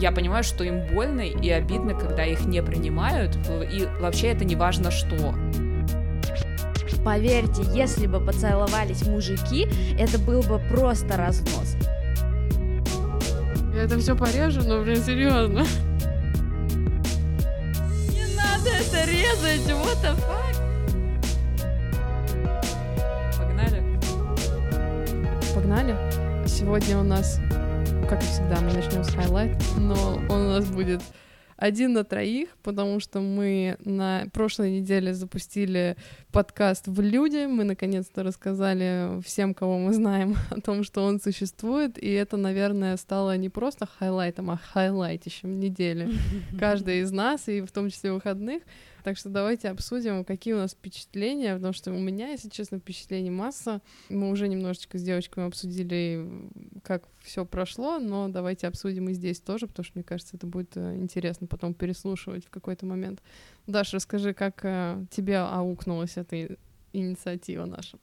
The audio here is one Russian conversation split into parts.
Я понимаю, что им больно и обидно, когда их не принимают, и вообще это не важно что. Поверьте, если бы поцеловались мужики, это был бы просто разнос. Я это все порежу, но, блин, серьезно. Не надо это резать, what the fuck? Погнали. Сегодня у нас, как и всегда, мы начнем с хайлайта, но он у нас будет 1 на 3, потому что мы на прошлой неделе запустили подкаст в люди. Мы наконец-то рассказали всем, кого мы знаем, о том, что он существует, и это, наверное, стало не просто хайлайтом, а хайлайтищем недели каждой из нас, и в том числе выходных. Так что давайте обсудим, какие у нас впечатления, потому что у меня, если честно, впечатлений масса. Мы уже немножечко с девочками обсудили, как все прошло, но давайте обсудим и здесь тоже, потому что, мне кажется, это будет интересно потом переслушивать в какой-то момент. Даш, расскажи, как тебе аукнулась эта инициатива наша?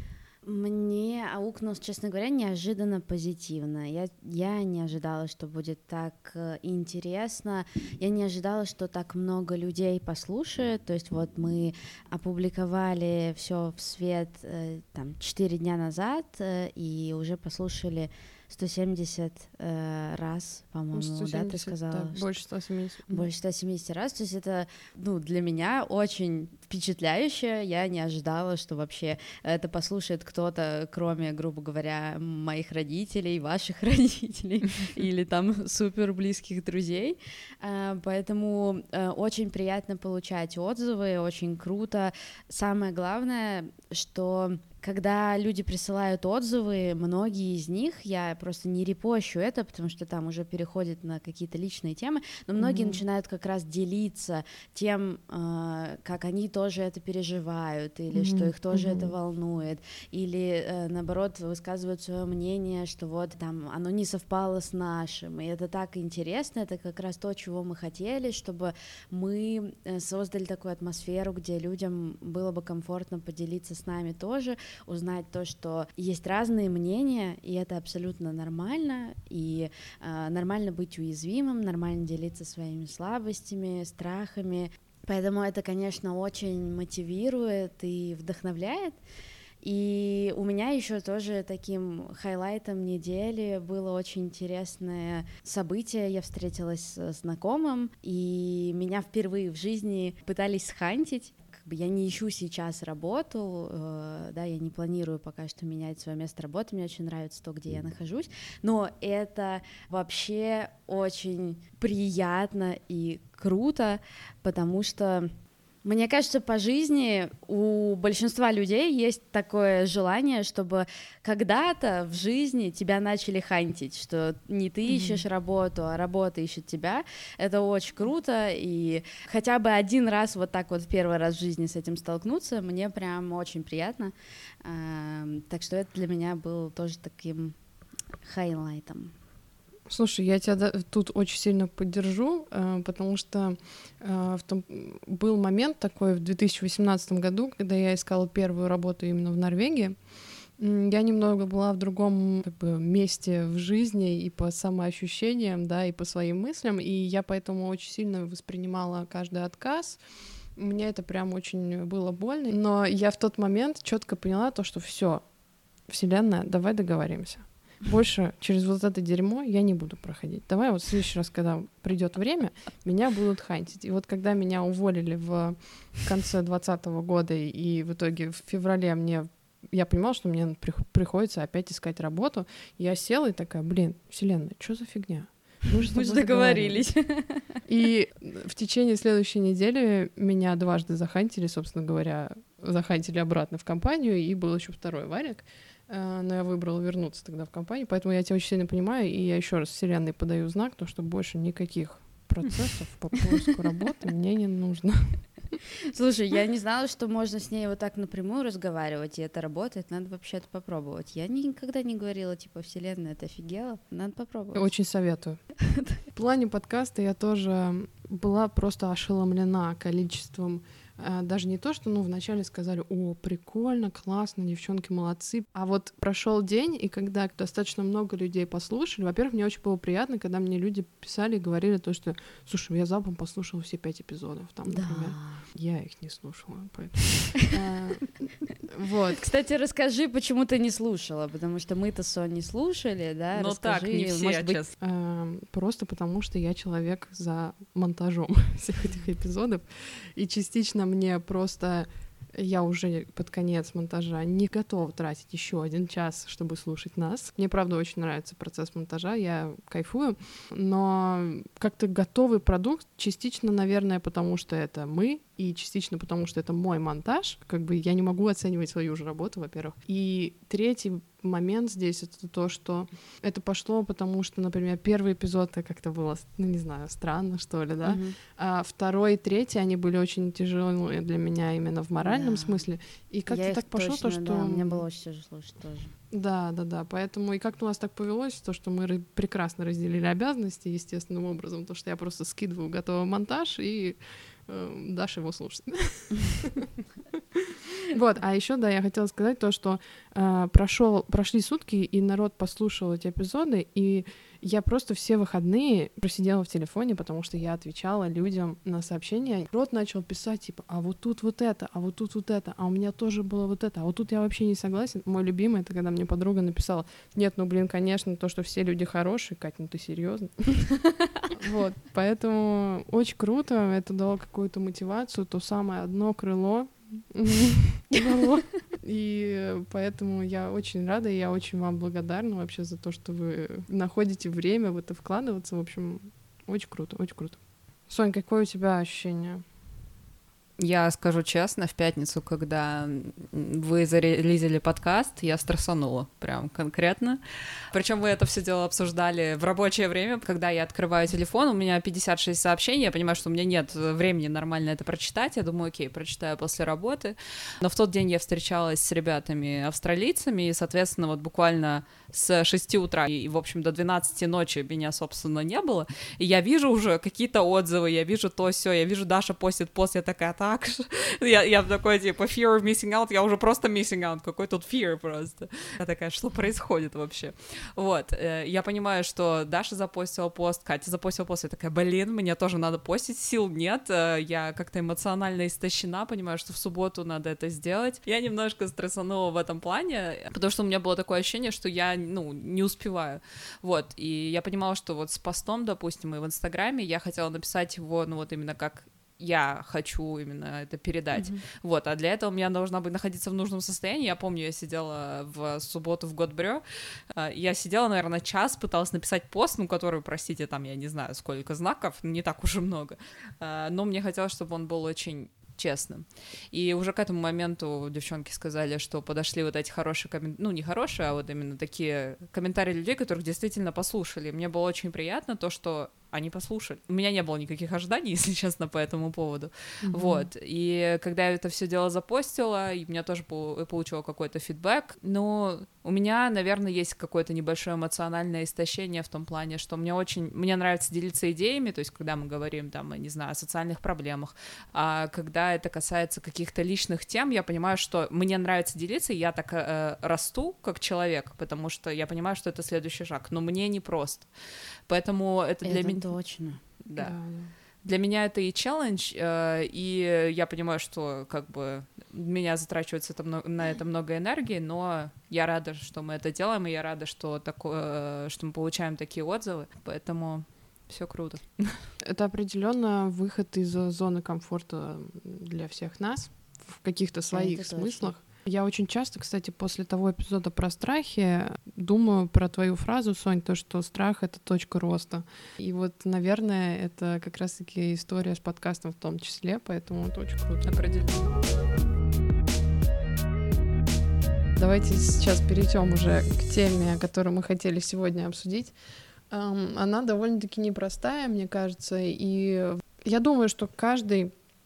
Мне аукнулось, честно говоря, неожиданно позитивно. Я не ожидала, что будет так интересно. Я не ожидала, что так много людей послушает. То есть вот мы опубликовали все в свет 4 дня назад, и уже послушали 170 раз, по-моему, 170, да, ты сказала? Да, больше 170. Больше 170 раз, то есть это, для меня очень впечатляюще, я не ожидала, что вообще это послушает кто-то, кроме, грубо говоря, моих родителей, ваших родителей или там супер близких друзей, поэтому очень приятно получать отзывы, очень круто. Самое главное, что когда люди присылают отзывы, многие из них, я просто не репощу это, потому что там уже переходит на какие-то личные темы, но многие начинают как раз делиться тем, как они тоже это переживают, или что их тоже это волнует, или наоборот высказывают свое мнение, что вот там оно не совпало с нашим, и это так интересно, это как раз то, чего мы хотели, чтобы мы создали такую атмосферу, где людям было бы комфортно поделиться с нами тоже, узнать то, что есть разные мнения, и это абсолютно нормально, и нормально быть уязвимым, нормально делиться своими слабостями, страхами, поэтому это, конечно, очень мотивирует и вдохновляет. И у меня еще тоже таким хайлайтом недели было очень интересное событие. Я встретилась с знакомым, и меня впервые в жизни пытались схантить. Я не ищу сейчас работу, да, я не планирую пока что менять свое место работы, мне очень нравится то, где я нахожусь, но это вообще очень приятно и круто, потому что мне кажется, по жизни у большинства людей есть такое желание, чтобы когда-то в жизни тебя начали хантить, что не ты ищешь работу, а работа ищет тебя. Это очень круто, и хотя бы 1 раз вот так вот в первый раз в жизни с этим столкнуться, мне прям очень приятно. Так что это для меня было тоже таким хайлайтом. Слушай, я тебя тут очень сильно поддержу, потому что был момент такой в 2018 году, когда я искала первую работу именно в Норвегии. Я немного была в другом месте в жизни и по самоощущениям, да, и по своим мыслям, и я поэтому очень сильно воспринимала каждый отказ. Мне это прям очень было больно, но я в тот момент четко поняла то, что все, Вселенная, давай договоримся. Больше через вот это дерьмо я не буду проходить. Давай вот в следующий раз, когда придет время, меня будут хантить. И вот когда меня уволили в конце 2020 года, и в итоге в феврале я понимала, что мне приходится опять искать работу, я села и такая, Вселенная, что за фигня? Мы же договорились. И в течение следующей недели меня дважды захантили, собственно говоря, захантили обратно в компанию, и был еще второй варик. Но я выбрала вернуться тогда в компанию, поэтому я тебя очень сильно понимаю, и я еще раз Вселенной подаю знак, то, что больше никаких процессов по поиску работы мне не нужно. Слушай, я не знала, что можно с ней вот так напрямую разговаривать, и это работает, надо вообще-то попробовать. Я никогда не говорила, Вселенная, это офигела, надо попробовать. Очень советую. В плане подкаста я тоже была просто ошеломлена количеством даже не то, что, вначале сказали: о, прикольно, классно, девчонки молодцы, а вот прошел день, и когда достаточно много людей послушали, во-первых, мне очень было приятно, когда мне люди писали и говорили то, что, слушай, я залпом послушала все 5 эпизодов, там, например. Я их не слушала, поэтому... Вот. Кстати, расскажи, почему ты не слушала, потому что мы-то с Соней слушали, да? Ну так, не все, может быть... Просто потому что я человек за монтажом всех этих эпизодов, и частично мне просто... Я уже под конец монтажа не готова тратить еще 1 час, чтобы слушать нас. Мне, правда, очень нравится процесс монтажа, я кайфую, но как-то готовый продукт частично, наверное, потому что это мы, и частично потому что это мой монтаж. Как бы я не могу оценивать свою же работу, во-первых. И третий момент здесь — это то, что это пошло, потому что, например, первый эпизод как-то было, не знаю, странно, что ли, да? А второй и третий, они были очень тяжелые для меня именно в моральном смысле. И как-то так пошло то, что... Да, мне было очень тяжело слушать тоже. Да, поэтому и как-то у нас так повелось, то, что мы прекрасно разделили обязанности естественным образом, то, что я просто скидываю готовый монтаж и Даша его слушает. Вот, а еще, да, я хотела сказать то, что прошли сутки, и народ послушал эти эпизоды, и я просто все выходные просидела в телефоне, потому что я отвечала людям на сообщения. Народ начал писать, типа, а вот тут вот это, а вот тут вот это, а у меня тоже было вот это, а вот тут я вообще не согласен. Мой любимый — это когда мне подруга написала: нет, конечно, то, что все люди хорошие. Кать, ты серьезно? Вот, поэтому очень круто, это дало какую-то мотивацию, то самое одно крыло. И поэтому я очень рада, и я очень вам благодарна вообще за то, что вы находите время в это вкладываться. В общем, очень круто, очень круто. Сонь, какое у тебя ощущение? Я скажу честно, в пятницу, когда вы зарелизили подкаст, я стрессанула, прям конкретно. Причем вы это все дело обсуждали в рабочее время, когда я открываю телефон, у меня 56 сообщений, я понимаю, что у меня нет времени нормально это прочитать, я думаю, окей, прочитаю после работы. Но в тот день я встречалась с ребятами-австралийцами, и, соответственно, вот буквально с 6 утра и, в общем, до 12 ночи меня, собственно, не было, и я вижу уже какие-то отзывы, я вижу то сё, я вижу, Даша постит пост, я такая: так, я такой, типа, fear of missing out, я уже просто missing out, какой тут fear просто. Я такая: что происходит вообще? Вот, я понимаю, что Даша запостила пост, Катя запостила пост, я такая: блин, мне тоже надо постить, сил нет, я как-то эмоционально истощена, понимаю, что в субботу надо это сделать. Я немножко стрессанула в этом плане, потому что у меня было такое ощущение, что я, не успеваю. Вот, и я понимала, что вот с постом, допустим, и в Инстаграме я хотела написать его, вот именно как я хочу именно это передать. Вот, а для этого я должна быть находиться в нужном состоянии. Я помню, я сидела в субботу в Готбрё, я сидела, наверное, час, пыталась написать пост, который, простите, там, я не знаю, сколько знаков, не так уж и много, но мне хотелось, чтобы он был очень честным. И уже к этому моменту девчонки сказали, что подошли вот эти хорошие комментарии, не хорошие, а вот именно такие комментарии людей, которых действительно послушали. Мне было очень приятно то, что они послушали. У меня не было никаких ожиданий, если честно, по этому поводу. Вот. И когда я это все дело запостила, и меня тоже получила какой-то фидбэк, но у меня, наверное, есть какое-то небольшое эмоциональное истощение в том плане, что мне нравится делиться идеями, то есть когда мы говорим, там, не знаю, о социальных проблемах, а когда это касается каких-то личных тем, я понимаю, что мне нравится делиться, и я так расту как человек, потому что я понимаю, что это следующий шаг, но мне непросто. Поэтому это для меня... Точно. Да. Для меня это и челлендж, и я понимаю, что как бы меня затрачивается на это много энергии, но я рада, что мы это делаем, и я рада, что мы получаем такие отзывы, поэтому все круто. Это определенно выход из зоны комфорта для всех нас в каких-то своих смыслах. Точно. Я очень часто, кстати, после того эпизода про страхи думаю про твою фразу, Сонь, то, что страх — это точка роста. И вот, наверное, это как раз-таки история с подкастом в том числе, поэтому это очень круто. Определенно. Давайте сейчас перейдем уже к теме, которую мы хотели сегодня обсудить. Она довольно-таки непростая, мне кажется, и я думаю, что каждый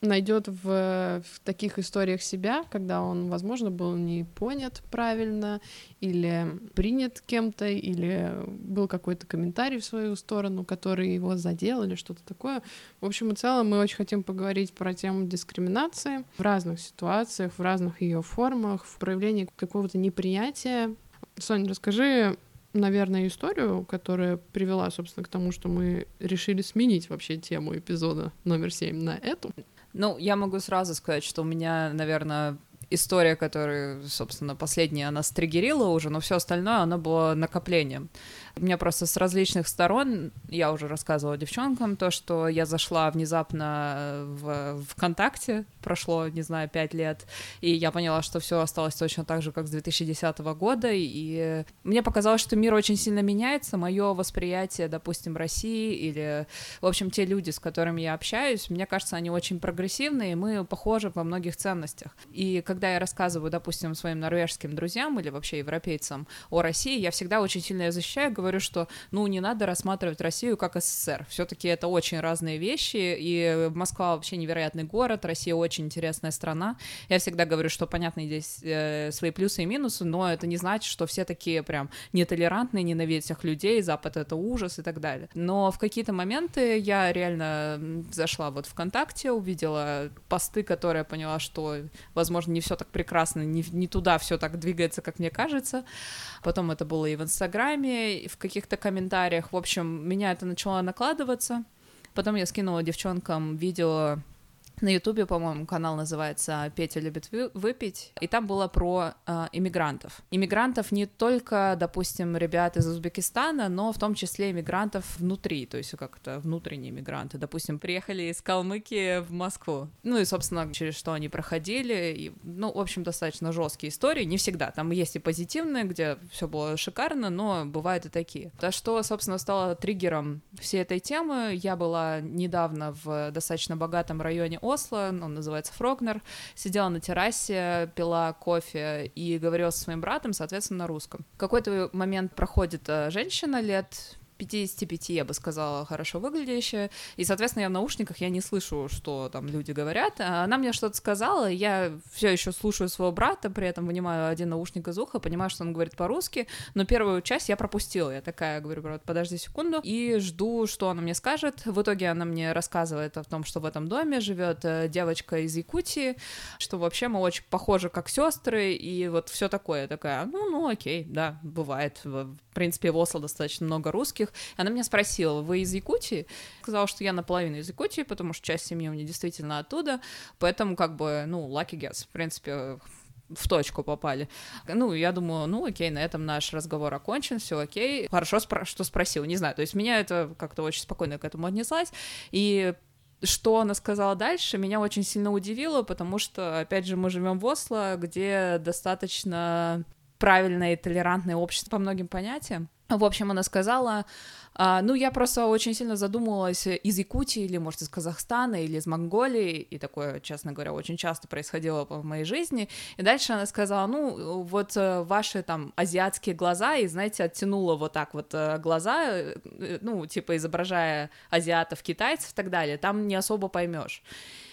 найдет в таких историях себя, когда он, возможно, был не понят правильно, или принят кем-то, или был какой-то комментарий в свою сторону, который его задел, или что-то такое. В общем и целом мы очень хотим поговорить про тему дискриминации в разных ситуациях, в разных ее формах, в проявлении какого-то неприятия. Соня, расскажи, наверное, историю, которая привела, собственно, к тому, что мы решили сменить вообще тему эпизода номер 7 на эту. Ну, я могу сразу сказать, что у меня, наверное, история, которая, собственно, последняя, она стригерила уже, но все остальное, оно было накоплением. У меня просто с различных сторон, я уже рассказывала девчонкам то, что я зашла внезапно в ВКонтакте, прошло, не знаю, 5 лет, и я поняла, что все осталось точно так же, как с 2010 года, и мне показалось, что мир очень сильно меняется, мое восприятие, допустим, России, или, в общем, те люди, с которыми я общаюсь, мне кажется, они очень прогрессивные, и мы похожи во многих ценностях. И когда я рассказываю, допустим, своим норвежским друзьям или вообще европейцам о России, я всегда очень сильно ее защищаю, говорю, что, ну, не надо рассматривать Россию как СССР. Все-таки это очень разные вещи, и Москва вообще невероятный город, Россия очень интересная страна. Я всегда говорю, что, понятно, здесь свои плюсы и минусы, но это не значит, что все такие прям нетолерантные, ненавидят всех людей, Запад — это ужас и так далее. Но в какие-то моменты я реально зашла вот ВКонтакте, увидела посты, которые я поняла, что, возможно, не все так прекрасно, не туда все так двигается, как мне кажется. Потом это было и в Инстаграме, и в каких-то комментариях. В общем, меня это начало накладываться. Потом я скинула девчонкам видео на Ютубе, по-моему, канал называется «Петя любит выпить», и там было про иммигрантов. Иммигрантов не только, допустим, ребят из Узбекистана, но в том числе иммигрантов внутри, то есть как-то внутренние иммигранты. Допустим, приехали из Калмыкии в Москву. Ну и, собственно, через что они проходили. И, ну, в общем, достаточно жесткие истории. Не всегда. Там есть и позитивные, где все было шикарно, но бывают и такие. То, что, собственно, стало триггером всей этой темы, я была недавно в достаточно богатом районе Осло, он называется Фрогнер, сидела на террасе, пила кофе и говорила со своим братом, соответственно, на русском. В какой-то момент проходит женщина лет 55, я бы сказала, хорошо выглядящая, и, соответственно, я в наушниках, я не слышу, что там люди говорят, она мне что-то сказала, я все еще слушаю своего брата, при этом вынимаю один наушник из уха, понимаю, что он говорит по-русски, но первую часть я пропустила, я такая говорю, брат, подожди секунду, и жду, что она мне скажет. В итоге она мне рассказывает о том, что в этом доме живет девочка из Якутии, что вообще мы очень похожи как сестры, и вот все такое. Я такая, ну окей, да, бывает. В принципе, в Осло достаточно много русских. Она меня спросила, вы из Якутии? Сказала, что я наполовину из Якутии, потому что часть семьи у меня действительно оттуда, поэтому как бы, ну, lucky guess, в принципе, в точку попали. Ну, я думаю, ну, окей, на этом наш разговор окончен, все окей. Хорошо, что спросил, не знаю, то есть меня это как-то очень спокойно к этому отнеслась, и что она сказала дальше, меня очень сильно удивило, потому что, опять же, мы живем в Осло, где достаточно правильное и толерантное общество по многим понятиям. В общем, она сказала, ну, я просто очень сильно задумывалась из Якутии, или, может, из Казахстана, или из Монголии, и такое, честно говоря, очень часто происходило в моей жизни, и дальше она сказала, ну, вот ваши там азиатские глаза, и, знаете, оттянула вот так вот глаза, ну, типа изображая азиатов, китайцев и так далее, там не особо поймешь.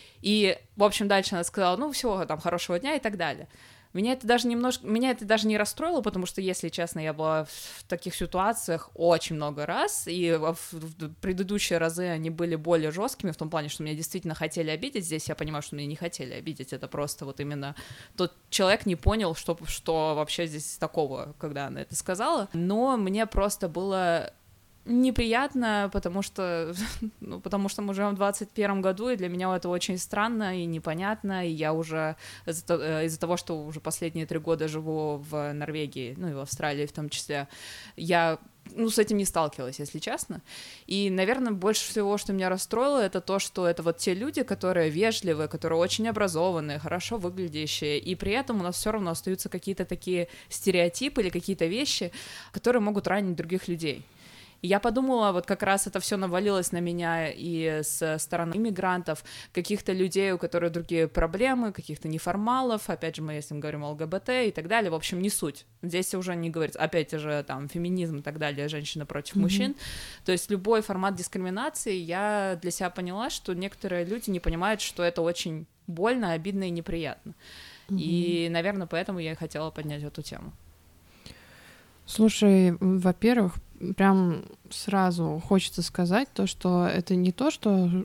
И, в общем, дальше она сказала, ну, всего там хорошего дня и так далее. Меня это даже не расстроило, потому что, если честно, я была в таких ситуациях очень много раз, и в предыдущие разы они были более жесткими в том плане, что меня действительно хотели обидеть. Здесь я понимаю, что меня не хотели обидеть, это просто вот именно тот человек не понял, что вообще здесь такого, когда она это сказала, но мне просто было неприятно, потому что мы живем в 21 году, и для меня это очень странно и непонятно, и я уже из-за того, что уже последние 3 года живу в Норвегии, ну и в Австралии в том числе, я с этим не сталкивалась, если честно. И, наверное, больше всего, что меня расстроило, это то, что это вот те люди, которые вежливые, которые очень образованные, хорошо выглядящие, и при этом у нас все равно остаются какие-то такие стереотипы или какие-то вещи, которые могут ранить других людей. И я подумала, вот как раз это все навалилось на меня и с стороны иммигрантов, каких-то людей, у которых другие проблемы, каких-то неформалов, опять же, мы если мы говорим о ЛГБТ и так далее, в общем, не суть. Здесь уже не говорится, опять же, там, феминизм и так далее, женщина против мужчин. То есть любой формат дискриминации, я для себя поняла, что некоторые люди не понимают, что это очень больно, обидно и неприятно. И, наверное, поэтому я и хотела поднять эту тему. Слушай, во-первых, прям сразу хочется сказать то, что это не то, что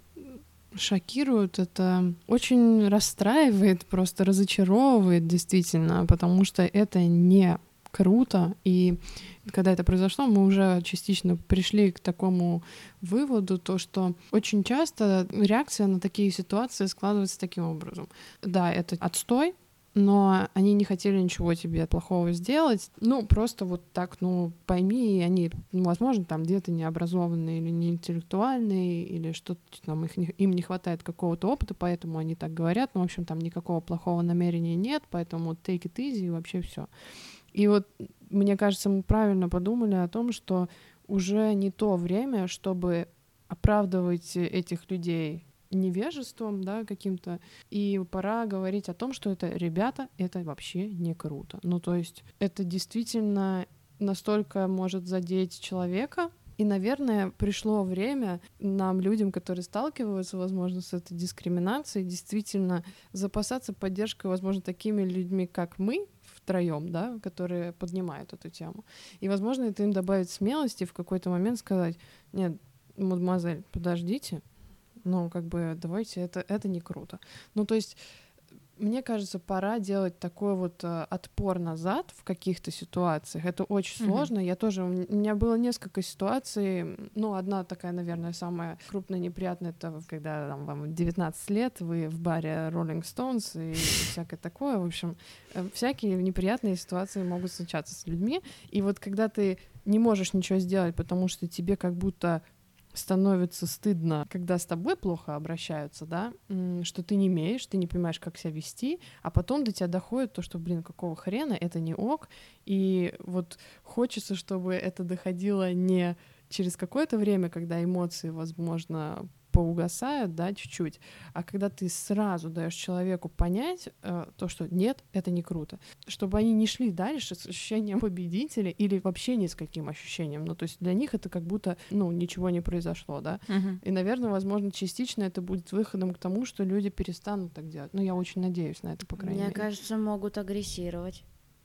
шокирует, это очень расстраивает, просто разочаровывает действительно, потому что это не круто, и когда это произошло, мы уже частично пришли к такому выводу, то, что очень часто реакция на такие ситуации складывается таким образом. Да, это отстой, но они не хотели ничего тебе плохого сделать, ну, просто вот так, ну, пойми, они, возможно, там где-то необразованные или неинтеллектуальные, или что-то там им не хватает какого-то опыта, поэтому они так говорят, ну, в общем, там никакого плохого намерения нет, поэтому take it easy и вообще все. И вот, мне кажется, мы правильно подумали о том, что уже не то время, чтобы оправдывать этих людей невежеством, да, каким-то, и пора говорить о том, что это, ребята, это вообще не круто. Ну, то есть это действительно настолько может задеть человека, и, наверное, пришло время нам, людям, которые сталкиваются, возможно, с этой дискриминацией, действительно запасаться поддержкой, возможно, такими людьми, как мы, втроем, да, которые поднимают эту тему. И, возможно, это им добавит смелости в какой-то момент сказать: нет, мадемуазель, подождите, ну, как бы, давайте, это не круто. Ну, то есть, мне кажется, пора делать такой вот отпор назад в каких-то ситуациях. Это очень сложно. Я тоже, у меня было несколько ситуаций, ну, одна такая, наверное, самая крупная, неприятная, это когда там, вам 19 лет, вы в баре Rolling Stones и всякое такое. В общем, всякие неприятные ситуации могут случаться с людьми. И вот когда ты не можешь ничего сделать, потому что тебе как будто становится стыдно, когда с тобой плохо обращаются, да, что ты не умеешь, ты не понимаешь, как себя вести, а потом до тебя доходит то, что, блин, какого хрена, это не ок, и вот хочется, чтобы это доходило не через какое-то время, когда эмоции, возможно, поугасают, да, чуть-чуть, а когда ты сразу даешь человеку понять то, что нет, это не круто, чтобы они не шли дальше с ощущением победителя или вообще ни с каким ощущением, ну, то есть для них это как будто, ну, ничего не произошло, да, и, наверное, возможно, частично это будет выходом к тому, что люди перестанут так делать, ну, я очень надеюсь на это, по крайней мере. Мне кажется, могут агрессировать.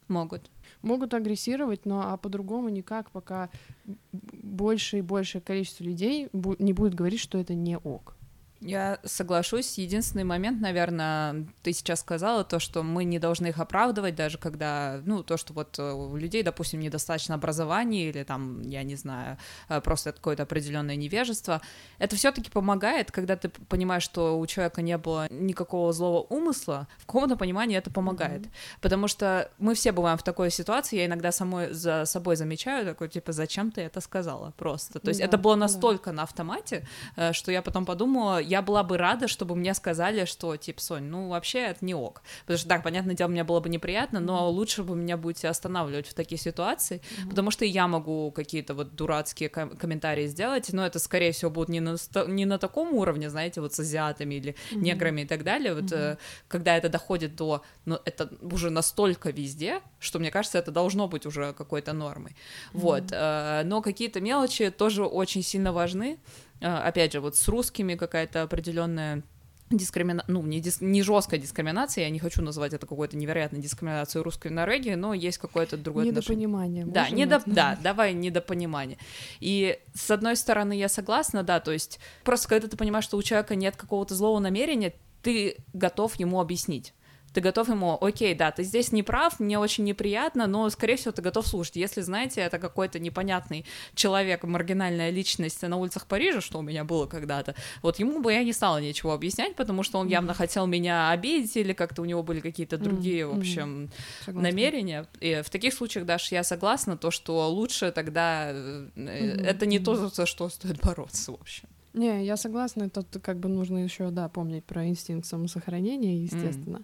Могут агрессировать, но по-другому никак, пока больше и большее количество людей не будет говорить, что это не ок. Я соглашусь. Единственный момент, наверное, ты сейчас сказала, то, что мы не должны их оправдывать, даже когда, ну, то, что вот у людей, допустим, недостаточно образования или там, я не знаю, просто какое-то определенное невежество, это все-таки помогает, когда ты понимаешь, что у человека не было никакого злого умысла, в каком-то понимании это помогает, потому что мы все бываем в такой ситуации, я иногда за собой замечаю, такой, типа, зачем ты это сказала просто, то есть это было настолько на автомате, что я потом подумала, я была бы рада, чтобы мне сказали, что, типа, Сонь, ну, вообще это не ок. Потому что, так, понятное дело, мне было бы неприятно, но лучше бы меня будете останавливать в такие ситуации, потому что я могу какие-то вот дурацкие комментарии сделать, но это, скорее всего, будет не на таком уровне, знаете, вот с азиатами или неграми и так далее, вот когда это доходит до, ну, это уже настолько везде, что, мне кажется, это должно быть уже какой-то нормой. Вот, но какие-то мелочи тоже очень сильно важны. Опять же, вот с русскими какая-то определенная дискриминация, ну, не жесткая дискриминация, я не хочу называть это какой-то невероятной дискриминацией русской в Норвегии, но есть какое-то другое недопонимание. Да, давай недопонимание. И с одной стороны я согласна, да, то есть просто когда ты понимаешь, что у человека нет какого-то злого намерения, ты готов ему объяснить. Ты готов ему, окей, да, ты здесь не прав, мне очень неприятно, но, скорее всего, ты готов слушать. Если, знаете, это какой-то непонятный человек, маргинальная личность на улицах Парижа, что у меня было когда-то, вот ему бы я не стала ничего объяснять, потому что он явно хотел меня обидеть или как-то у него были какие-то другие, в общем, намерения. И в таких случаях, Даша, я согласна, то, что лучше тогда это не то, за что стоит бороться, в общем. Не, я согласна, тут как бы нужно еще, да, помнить про инстинкт самосохранения, естественно.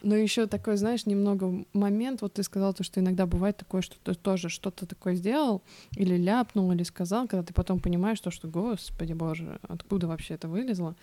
Но еще такой, знаешь, немного момент, вот ты сказал то, что иногда бывает такое, что ты тоже что-то такое сделал, или ляпнул, или сказал, когда ты потом понимаешь то, что, господи боже, откуда вообще это вылезло.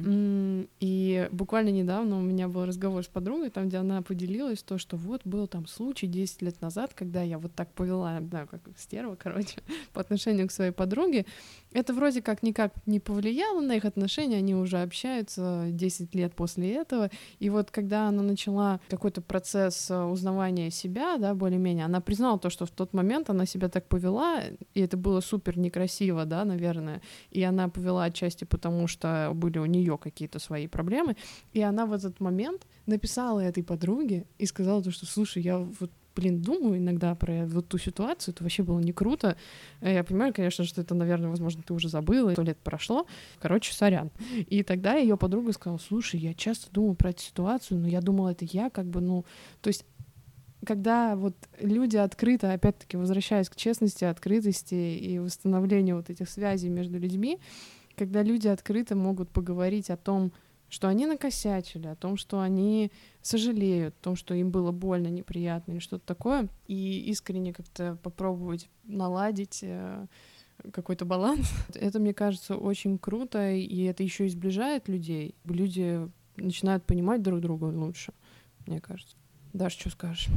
И буквально недавно у меня был разговор с подругой, там, где она поделилась то, что вот был там случай 10 лет назад, когда я вот так повела, да, как стерва, короче, по отношению к своей подруге. Это вроде как никак не повлияло на их отношения, они уже общаются 10 лет после этого, и вот когда она начала какой-то процесс узнавания себя, да, более-менее, она признала то, что в тот момент она себя так повела, и это было супер некрасиво, да, наверное, и она повела отчасти потому, что были у нее какие-то свои проблемы, и она в этот момент написала этой подруге и сказала то, что, слушай, я вот думаю иногда про вот ту ситуацию, это вообще было не круто. Я понимаю, конечно, что это, наверное, возможно, ты уже забыла, 100 лет прошло. Короче, сорян. И тогда ее подруга сказала, слушай, я часто думаю про эту ситуацию, но я думала, это я как бы, то есть когда вот люди открыто, опять-таки, возвращаясь к честности, открытости и восстановлению вот этих связей между людьми, когда люди открыто могут поговорить о том, что они накосячили, о том, что они сожалеют, о том, что им было больно, неприятно или что-то такое, и искренне как-то попробовать наладить какой-то баланс. Это, мне кажется, очень круто, и это еще и сближает людей. Люди начинают понимать друг друга лучше, мне кажется. Даш, что скажешь?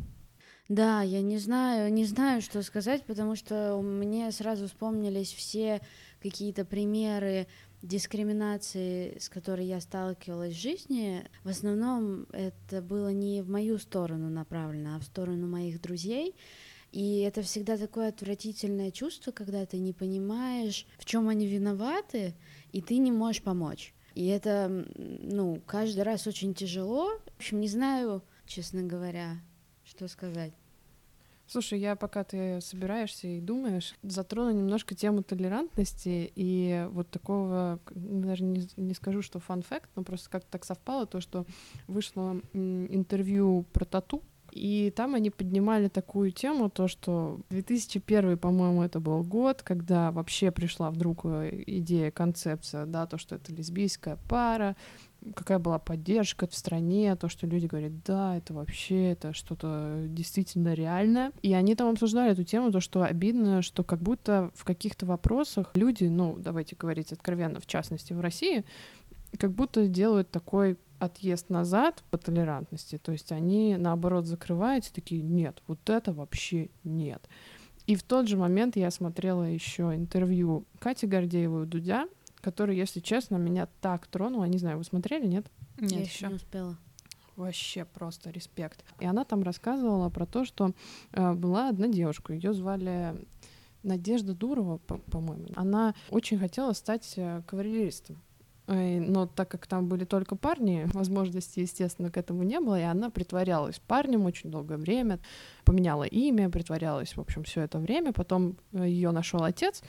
Да, я не знаю, что сказать, потому что мне сразу вспомнились все какие-то примеры дискриминации, с которой я сталкивалась в жизни. В основном это было не в мою сторону направлено, а в сторону моих друзей. И это всегда такое отвратительное чувство, когда ты не понимаешь, в чем они виноваты, и ты не можешь помочь. И это, каждый раз очень тяжело. В общем, не знаю, честно говоря, что сказать. Слушай, я пока ты собираешься и думаешь, затрону немножко тему толерантности и вот такого, даже не скажу, что фан-факт, но просто как-то так совпало то, что вышло интервью про тату, и там они поднимали такую тему, то, что 2001, по-моему, это был год, когда вообще пришла вдруг идея, концепция, да, то, что это лесбийская пара, какая была поддержка в стране, то, что люди говорят, да, это вообще, это что-то действительно реальное. И они там обсуждали эту тему, то, что обидно, что как будто в каких-то вопросах люди, давайте говорить откровенно, в частности, в России, как будто делают такой отъезд назад по толерантности, то есть они, наоборот, закрываются, такие, нет, вот это вообще нет. И в тот же момент я смотрела еще интервью Кати Гордеевой у Дудя, который, если честно, меня так тронуло. Не знаю, вы смотрели, нет? Нет, я еще не успела. Вообще просто респект. И она там рассказывала про то, что была одна девушка, ее звали Надежда Дурова, по-моему. Она очень хотела стать кавалеристом. Но так как там были только парни, возможности, естественно, к этому не было, и она притворялась парнем очень долгое время, поменяла имя, притворялась, в общем, все это время. Потом ее нашел отец,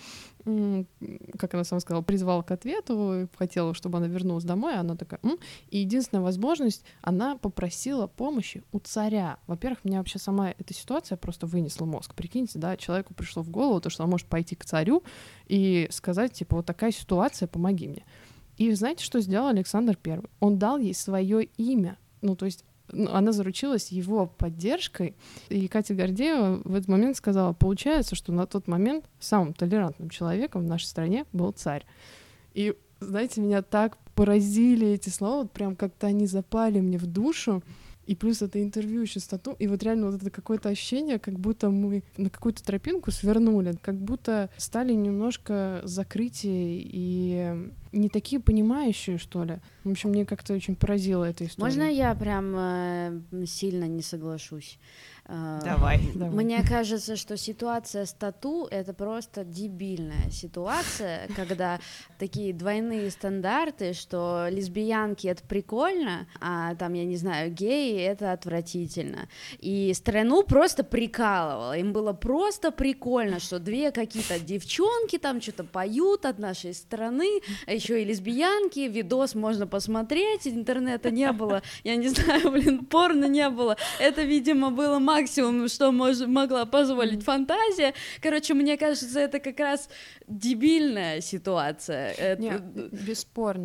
как она сама сказала, призвал к ответу, хотела, чтобы она вернулась домой, а она такая... И единственная возможность, она попросила помощи у царя. Во-первых, меня вообще сама эта ситуация просто вынесла мозг. Прикиньте, да, человеку пришло в голову то, что он может пойти к царю и сказать, типа, вот такая ситуация, помоги мне. И знаете, что сделал Александр I? Он дал ей свое имя. То есть она заручилась его поддержкой. И Катя Гордеева в этот момент сказала, получается, что на тот момент самым толерантным человеком в нашей стране был царь. И, знаете, меня так поразили эти слова, вот прям как-то они запали мне в душу. И плюс это интервью еще с тату, и вот реально вот это какое-то ощущение, как будто мы на какую-то тропинку свернули, как будто стали немножко закрытие и не такие понимающие, что ли. В общем, мне как-то очень поразила эта история. Можно я прям сильно не соглашусь? Давай. Мне кажется, что ситуация с тату — это просто дебильная ситуация, когда такие двойные стандарты, что лесбиянки — это прикольно, а там, я не знаю, геи — это отвратительно. И страну просто прикалывало, им было просто прикольно, что две какие-то девчонки там что-то поют от нашей страны, а еще и лесбиянки, видос можно посмотреть, интернета не было, я не знаю, порно не было, это, видимо, было максимум, что могла позволить фантазия. Короче, мне кажется, это как раз дебильная ситуация. Нет, бесспорно.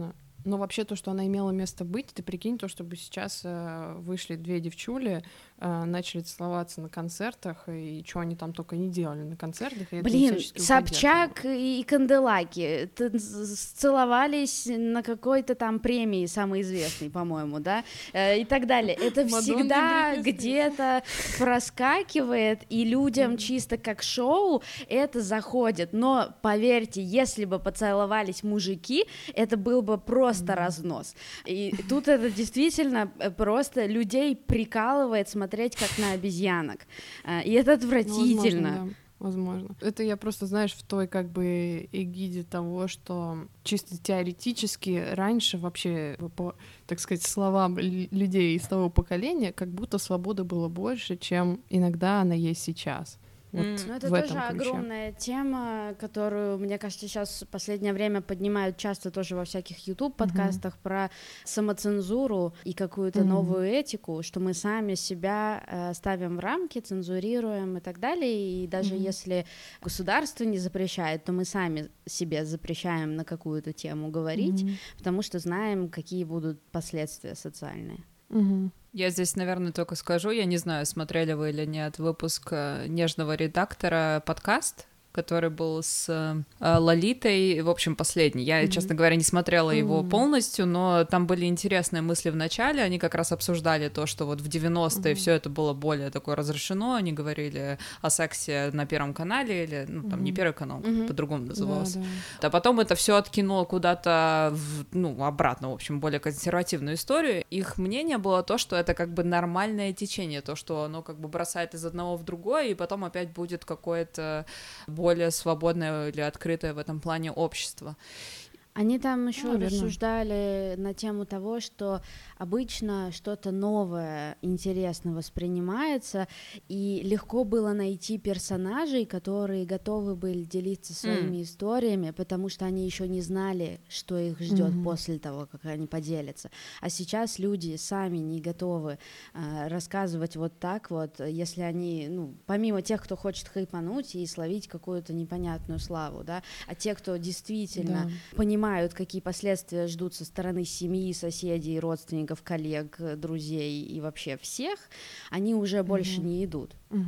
Но вообще то, что она имела место быть, ты прикинь, то, чтобы сейчас вышли две девчули, начали целоваться на концертах, и что они там только не делали на концертах. И Блин, это Собчак и Канделаки целовались на какой-то там премии, самой известной, по-моему, да, и так далее. Это всегда где-то проскакивает, и людям чисто как шоу это заходит. Но поверьте, если бы поцеловались мужики, это был бы просто разнос. И тут это действительно просто людей прикалывает смотреть как на обезьянок. И это отвратительно. Возможно. Это я просто, знаешь, в той как бы эгиде того, что чисто теоретически раньше вообще, по, так сказать, словам людей из того поколения, как будто свободы было больше, чем иногда она есть сейчас. Вот ну, это тоже огромная тема, которую, мне кажется, сейчас в последнее время поднимают часто тоже во всяких YouTube-подкастах про самоцензуру и какую-то новую этику, что мы сами себя ставим в рамки, цензурируем и так далее, и даже если государство не запрещает, то мы сами себе запрещаем на какую-то тему говорить, потому что знаем, какие будут последствия социальные. Я здесь, наверное, только скажу, я не знаю, смотрели вы или нет выпуск «Нежного редактора» подкаст, который был с Лолитой, в общем, последний. Я, честно говоря, не смотрела его полностью, но там были интересные мысли в начале, они как раз обсуждали то, что вот в 90-е все это было более такое разрешено, они говорили о сексе на Первом канале, или, ну, там, не Первый канал, по-другому назывался. А потом это все откинуло куда-то, обратно, в общем, более консервативную историю. Их мнение было то, что это как бы нормальное течение, то, что оно как бы бросает из одного в другое, и потом опять будет какое-то более свободное или открытое в этом плане общество. Они там еще рассуждали на тему того, что обычно что-то новое, интересно воспринимается, и легко было найти персонажей, которые готовы были делиться своими историями, потому что они еще не знали, что их ждет после того, как они поделятся. А сейчас люди сами не готовы рассказывать вот так вот, если они, помимо тех, кто хочет хайпануть и словить какую-то непонятную славу, да, а те, кто действительно понимают, какие последствия ждут со стороны семьи, соседей, родственников, коллег, друзей и вообще всех, они уже больше не идут.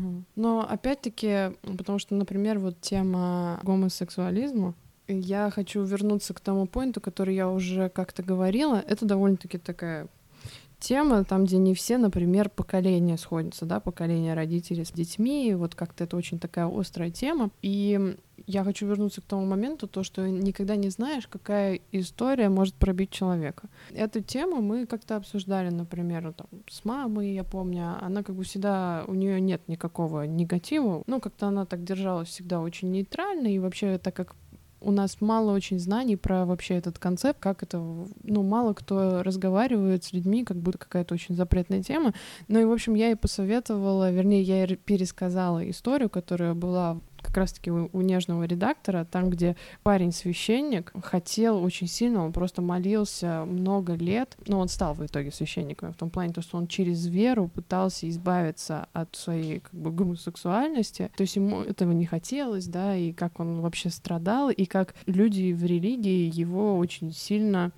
Но опять-таки, потому что, например, вот тема гомосексуализма, я хочу вернуться к тому поинту, который я уже как-то говорила, это довольно-таки такая тема, там, где не все, например, поколения сходятся, да, поколение родителей с детьми, вот как-то это очень такая острая тема, и я хочу вернуться к тому моменту, то, что никогда не знаешь, какая история может пробить человека. Эту тему мы как-то обсуждали, например, там, с мамой, я помню, она как бы всегда, у нее нет никакого негатива, как-то она так держалась всегда очень нейтрально, и вообще, так как у нас мало очень знаний про вообще этот концепт, как это, мало кто разговаривает с людьми, как будто какая-то очень запретная тема. Ну и, в общем, я ей посоветовала, вернее, я ей пересказала историю, которая была как раз-таки у «Нежного редактора», там, где парень-священник хотел очень сильно, он просто молился много лет, но он стал в итоге священником, в том плане, что он через веру пытался избавиться от своей как бы гомосексуальности, то есть ему этого не хотелось, да, и как он вообще страдал, и как люди в религии его очень сильно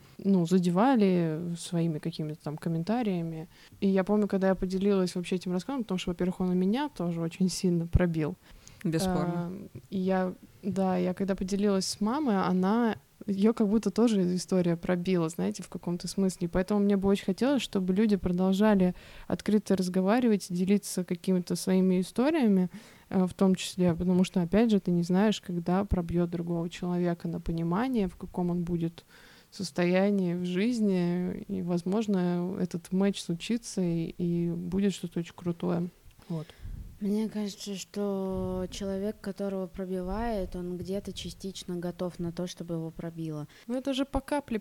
задевали своими какими-то там комментариями. И я помню, когда я поделилась вообще этим рассказом, потому что, во-первых, он и меня тоже очень сильно пробил. Бесспорно. И я когда поделилась с мамой, ее как будто тоже история пробила, знаете, в каком-то смысле. Поэтому мне бы очень хотелось, чтобы люди продолжали открыто разговаривать, делиться какими-то своими историями, в том числе, потому что, опять же, ты не знаешь, когда пробьет другого человека на понимание, в каком он будет состоянии в жизни, и, возможно, этот матч случится, и будет что-то очень крутое. Вот. Мне кажется, что человек, которого пробивает, он где-то частично готов на то, чтобы его пробило. Это же по капле.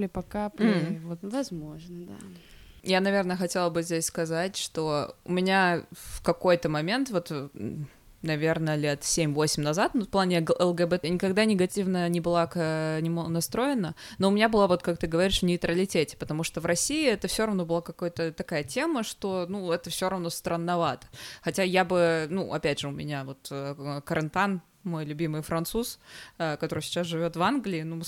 Вот. Возможно, да. Я, наверное, хотела бы здесь сказать, что у меня в какой-то момент, наверное, лет 7-8 назад, в плане ЛГБТ, я никогда негативно не была к нему настроена, но у меня была, как ты говоришь, в нейтралитете, потому что в России это все равно была какая-то такая тема, что, это все равно странновато. Хотя я бы, опять же, у меня Карентан мой любимый француз, который сейчас живет в Англии, ну,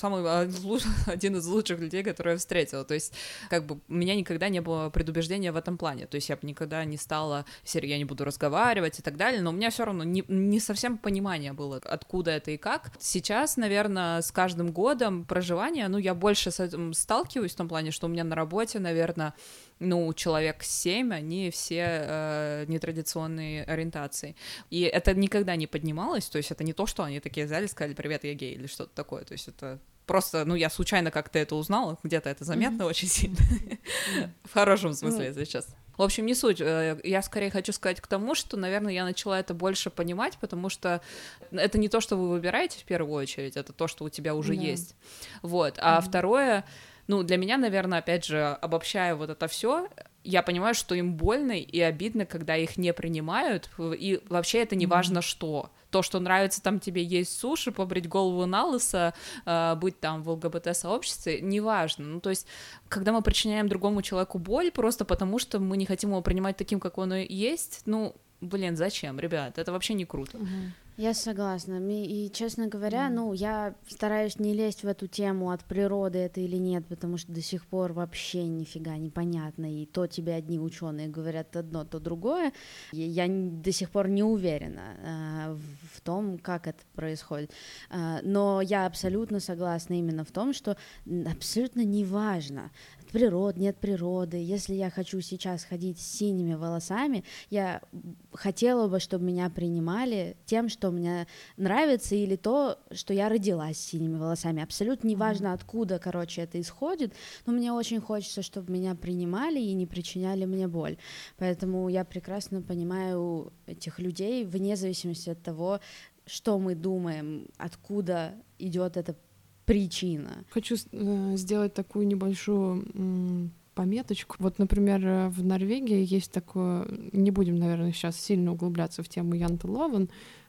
один из лучших людей, которые я встретила. То есть, как бы, у меня никогда не было предубеждения в этом плане. То есть, я бы никогда не стала, я не буду разговаривать и так далее, но у меня все равно не совсем понимание было, откуда это и как. Сейчас, наверное, с каждым годом проживания, ну, я больше с этим сталкиваюсь в том плане, что у меня на работе, наверное, ну, человек 7, они все нетрадиционной ориентации. И это никогда не поднималось, то есть это не то, что они такие взяли, сказали «привет, я гей» или что-то такое, то есть это просто, ну, я случайно как-то это узнала, где-то это заметно очень сильно, в хорошем смысле, если честно. В общем, не суть. Я скорее хочу сказать к тому, что, наверное, я начала это больше понимать, потому что это не то, что вы выбираете в первую очередь, это то, что у тебя уже есть. Вот. А второе, ну, для меня, наверное, опять же, обобщая вот это все, я понимаю, что им больно и обидно, когда их не принимают, и вообще это не важно что. То, что нравится там тебе есть суши, побрить голову на лысо, быть там в ЛГБТ-сообществе, неважно. Ну, то есть, когда мы причиняем другому человеку боль просто потому, что мы не хотим его принимать таким, как он и есть, ну, блин, зачем, ребят? Это вообще не круто. Я согласна. И, честно говоря, ну, я стараюсь не лезть в эту тему, от природы это или нет, потому что до сих пор вообще нифига непонятно, и то тебе одни ученые говорят одно, то другое. Я до сих пор не уверена в том, как это происходит. Но я абсолютно согласна именно в том, что абсолютно неважно, природы, нет природы. Если я хочу сейчас ходить с синими волосами, я хотела бы, чтобы меня принимали тем, что мне нравится, или то, что я родилась с синими волосами. Абсолютно неважно, откуда, короче, это исходит, но мне очень хочется, чтобы меня принимали и не причиняли мне боль. Поэтому я прекрасно понимаю этих людей, вне зависимости от того, что мы думаем, откуда идет эта причина. Хочу сделать такую небольшую пометочку. Вот, например, в Норвегии есть такое, не будем, наверное, сейчас сильно углубляться в тему янтеловен,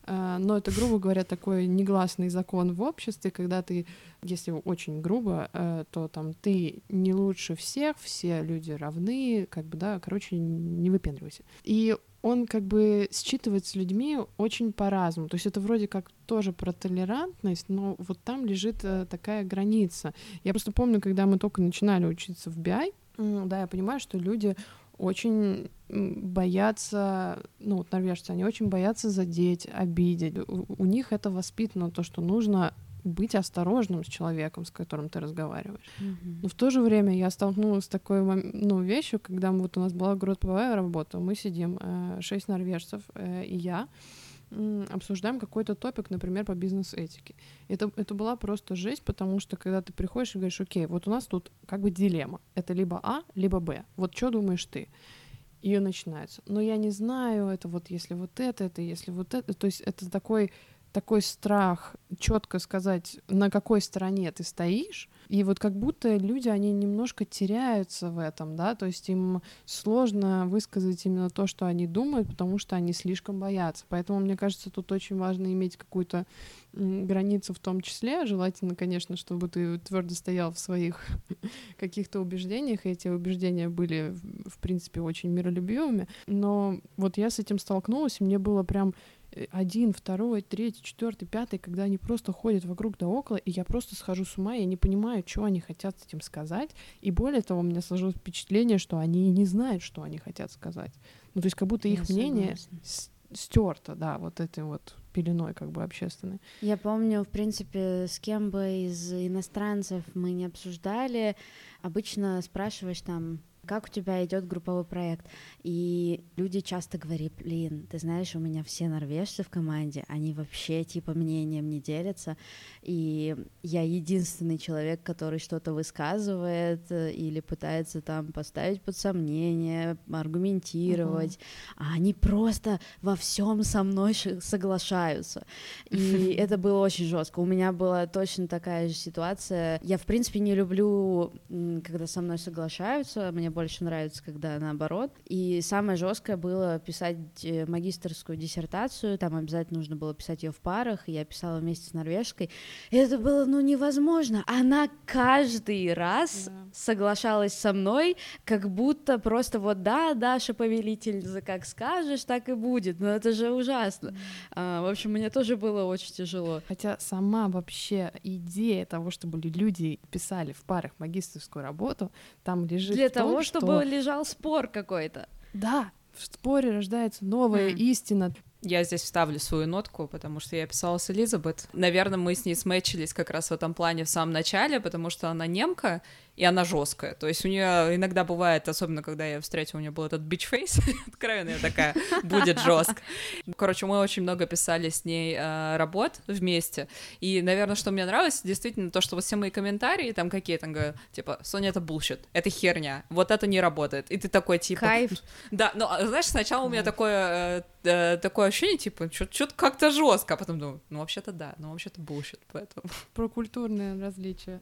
но это, грубо говоря, такой негласный закон в обществе, когда ты, если очень грубо, то там ты не лучше всех, все люди равны, как бы, да, короче, не выпендривайся. И он как бы считывается людьми очень по-разному. То есть это вроде как тоже про толерантность, но вот там лежит такая граница. Я просто помню, когда мы только начинали учиться в BI, да, я понимаю, что люди очень боятся, ну, вот норвежцы, они очень боятся задеть, обидеть. У них это воспитано, то, что нужно быть осторожным с человеком, с которым ты разговариваешь. Но в то же время я столкнулась с такой, ну, вещью, когда вот у нас была групповая работа, мы сидим, 6 норвежцев и я, обсуждаем какой-то топик, например, по бизнес-этике. Это была просто жесть, потому что когда ты приходишь и говоришь, окей, вот у нас тут как бы дилемма, это либо А, либо Б, вот что думаешь ты? И начинается. Но я не знаю, это вот если вот это если вот это, то есть это такой страх четко сказать, на какой стороне ты стоишь, и вот как будто люди, они немножко теряются в этом, да, то есть им сложно высказать именно то, что они думают, потому что они слишком боятся. Поэтому, мне кажется, тут очень важно иметь какую-то границу в том числе, желательно, конечно, чтобы ты твердо стоял в своих каких-то убеждениях, и эти убеждения были, в принципе, очень миролюбивыми, но вот я с этим столкнулась, и мне было прям 1, 2, 3, 4, 5, когда они просто ходят вокруг да около, и я просто схожу с ума, я не понимаю, что они хотят этим сказать, и более того, у меня сложилось впечатление, что они и не знают, что они хотят сказать. Ну, то есть как будто их мнение стерто, да, вот этой вот пеленой как бы общественной. Я помню, в принципе, с кем бы из иностранцев мы не обсуждали, обычно спрашиваешь там, как у тебя идет групповой проект, и люди часто говорят, блин, ты знаешь, у меня все норвежцы в команде, они вообще типа мнением не делятся, и я единственный человек, который что-то высказывает или пытается там поставить под сомнение, аргументировать, а они просто во всем со мной соглашаются, и это было очень жестко. У меня была точно такая же ситуация. Я в принципе не люблю, когда со мной соглашаются, мне больше нравится, когда наоборот. И самое жесткое было писать магистерскую диссертацию, там обязательно нужно было писать ее в парах, и я писала вместе с норвежской. И это было, невозможно. Она каждый раз соглашалась со мной, как будто просто да, Даша, повелительница, как скажешь, так и будет. Но это же ужасно. В общем, мне тоже было очень тяжело. Хотя сама вообще идея того, чтобы люди писали в парах магистерскую работу, там лежит Для в том, того, что... чтобы лежал спор какой-то. Да, в споре рождается новая истина. Я здесь вставлю свою нотку, потому что я писала с Элизабет. Наверное, мы с ней сметчились как раз в этом плане в самом начале, потому что она немка, и она жесткая. То есть у нее иногда бывает, особенно когда я встретила, у нее был этот бичфейс, откровенная такая, будет жестко. Короче, мы очень много писали с ней работ вместе. И, наверное, что мне нравилось, действительно, то, что вот все мои комментарии там какие-то, говорят, типа, Соня, это bullshit, это херня, вот это не работает. И ты такой, типа... Кайф. Да, но, знаешь, сначала у меня такое ощущение, типа, что-то как-то жестко, а потом думаю, вообще-то да, вообще-то bullshit, поэтому... Про культурные различия.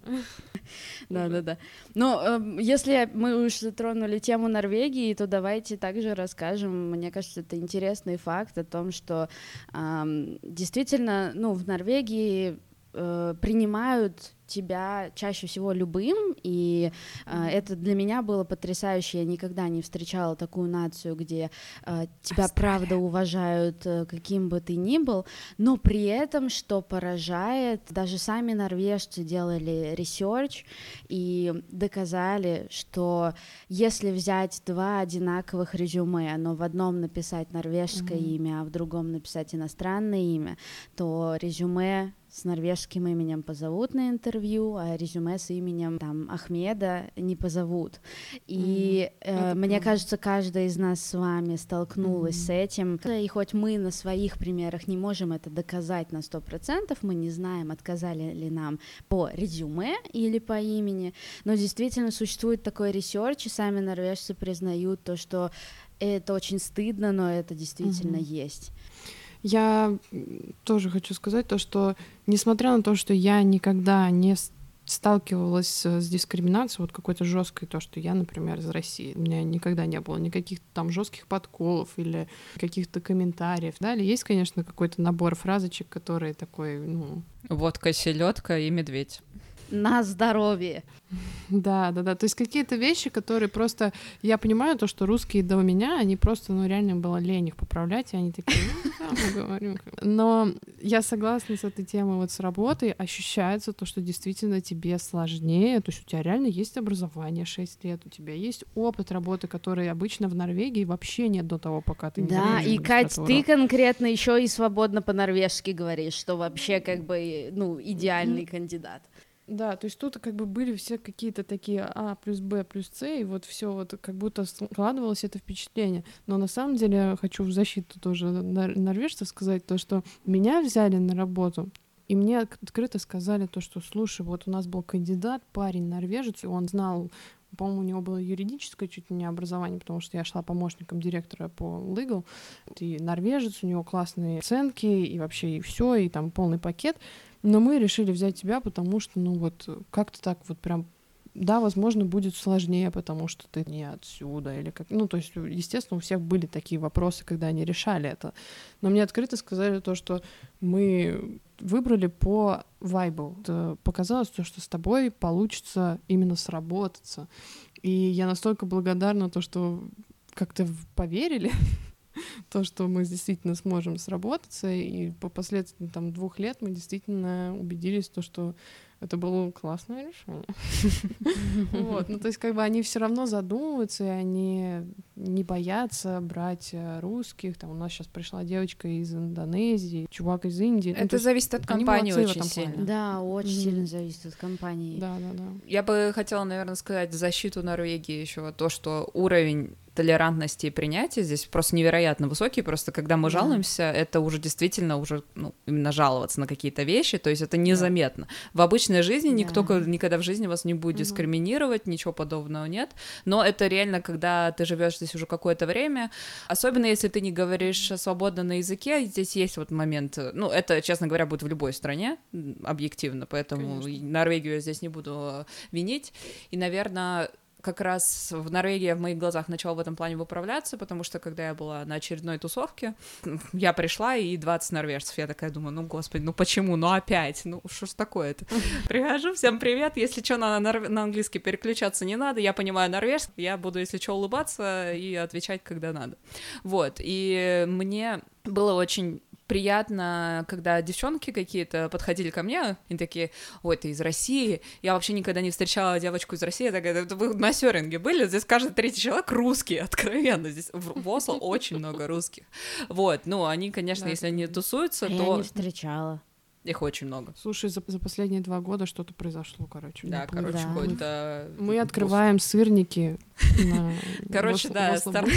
Да. Ну, если мы уж затронули тему Норвегии, то давайте также расскажем, мне кажется, это интересный факт о том, что действительно, в Норвегии принимают тебя чаще всего любым, и это для меня было потрясающе. Я никогда не встречала такую нацию, где тебя правда уважают, каким бы ты ни был, но при этом, что поражает, даже сами норвежцы делали ресерч и доказали, что если взять два одинаковых резюме, но в одном написать норвежское имя, а в другом написать иностранное имя, то резюме с норвежским именем позовут на интервью, а резюме с именем Ахмеда не позовут. И мне кажется, каждая из нас с вами столкнулась с этим. И хоть мы на своих примерах не можем это доказать на 100%, мы не знаем, отказали ли нам по резюме или по имени, но действительно существует такой ресерч, и сами норвежцы признают то, что это очень стыдно, но это действительно есть. Я тоже хочу сказать то, что несмотря на то, что я никогда не сталкивалась с дискриминацией, вот какой-то жесткой, то, что я, например, из России, у меня никогда не было никаких там жестких подколов или каких-то комментариев, да, или есть, конечно, какой-то набор фразочек, которые такой, Водка, селедка и медведь. На здоровье. Да, то есть какие-то вещи, которые просто... Я понимаю то, что русские до меня, они просто, реально было лень их поправлять, и они такие, мы говорим. Но я согласна с этой темой вот с работой, ощущается то, что действительно тебе сложнее, то есть у тебя реально есть образование 6 лет, у тебя есть опыт работы, который обычно в Норвегии вообще нет до того, пока ты не Да, и, Кать, ты конкретно еще и свободно по-норвежски говоришь, что вообще как бы, идеальный кандидат. Да, то есть тут как бы были все какие-то такие А плюс Б плюс С, и вот все вот как будто складывалось это впечатление. Но на самом деле хочу в защиту тоже норвежцев сказать то, что меня взяли на работу, и мне открыто сказали то, что, слушай, вот у нас был кандидат, парень норвежец, и он знал, по-моему, у него было юридическое чуть ли не образование, потому что я шла помощником директора по legal, и норвежец, у него классные оценки, и вообще и все, и там полный пакет. Но мы решили взять тебя, потому что, как-то так вот прям, да, возможно, будет сложнее, потому что ты не отсюда, или как, то есть, естественно, у всех были такие вопросы, когда они решали это. Но мне открыто сказали то, что мы выбрали по вайбу. Показалось то, что с тобой получится именно сработаться. И я настолько благодарна то, что как-то поверили, то, что мы действительно сможем сработаться, и по последствиям 2 лет мы действительно убедились в том, что это было классное решение. Вот, то есть как бы они все равно задумываются, и они не боятся брать русских. Там у нас сейчас пришла девочка из Индонезии, чувак из Индии. Это зависит от компании очень сильно. Да, очень сильно зависит от компании. Да. Я бы хотела, наверное, сказать в защиту Норвегии еще то, что уровень толерантности и принятия здесь просто невероятно высокий, просто когда мы жалуемся, это уже действительно именно жаловаться на какие-то вещи, то есть это незаметно. В обычной жизни никто никогда в жизни вас не будет дискриминировать, ничего подобного нет, но это реально, когда ты живешь здесь уже какое-то время, особенно если ты не говоришь свободно на языке, здесь есть вот момент, это, честно говоря, будет в любой стране, объективно, поэтому Норвегию я здесь не буду винить, и, наверное, как раз в Норвегии в моих глазах начала в этом плане выправляться, потому что когда я была на очередной тусовке, я пришла, и 20 норвежцев. Я такая думаю, ну, господи, ну почему? Ну опять? Ну, что ж такое-то? Прихожу, всем привет, если что, на английский переключаться не надо, я понимаю норвежский, я буду, если что, улыбаться и отвечать, когда надо. Вот, и мне было очень приятно, когда девчонки какие-то подходили ко мне, и такие, ой, ты из России, я вообще никогда не встречала девочку из России, я такая, вы на сёринге были, здесь каждый третий человек русский, откровенно, здесь в Осло очень много русских, вот, ну, они, конечно, если они тусуются, то... Я не встречала. Их очень много. Слушай, за последние 2 года что-то произошло, короче. Да, короче, Да. какой-то... Мы открываем сырники. Короче, да, стартап.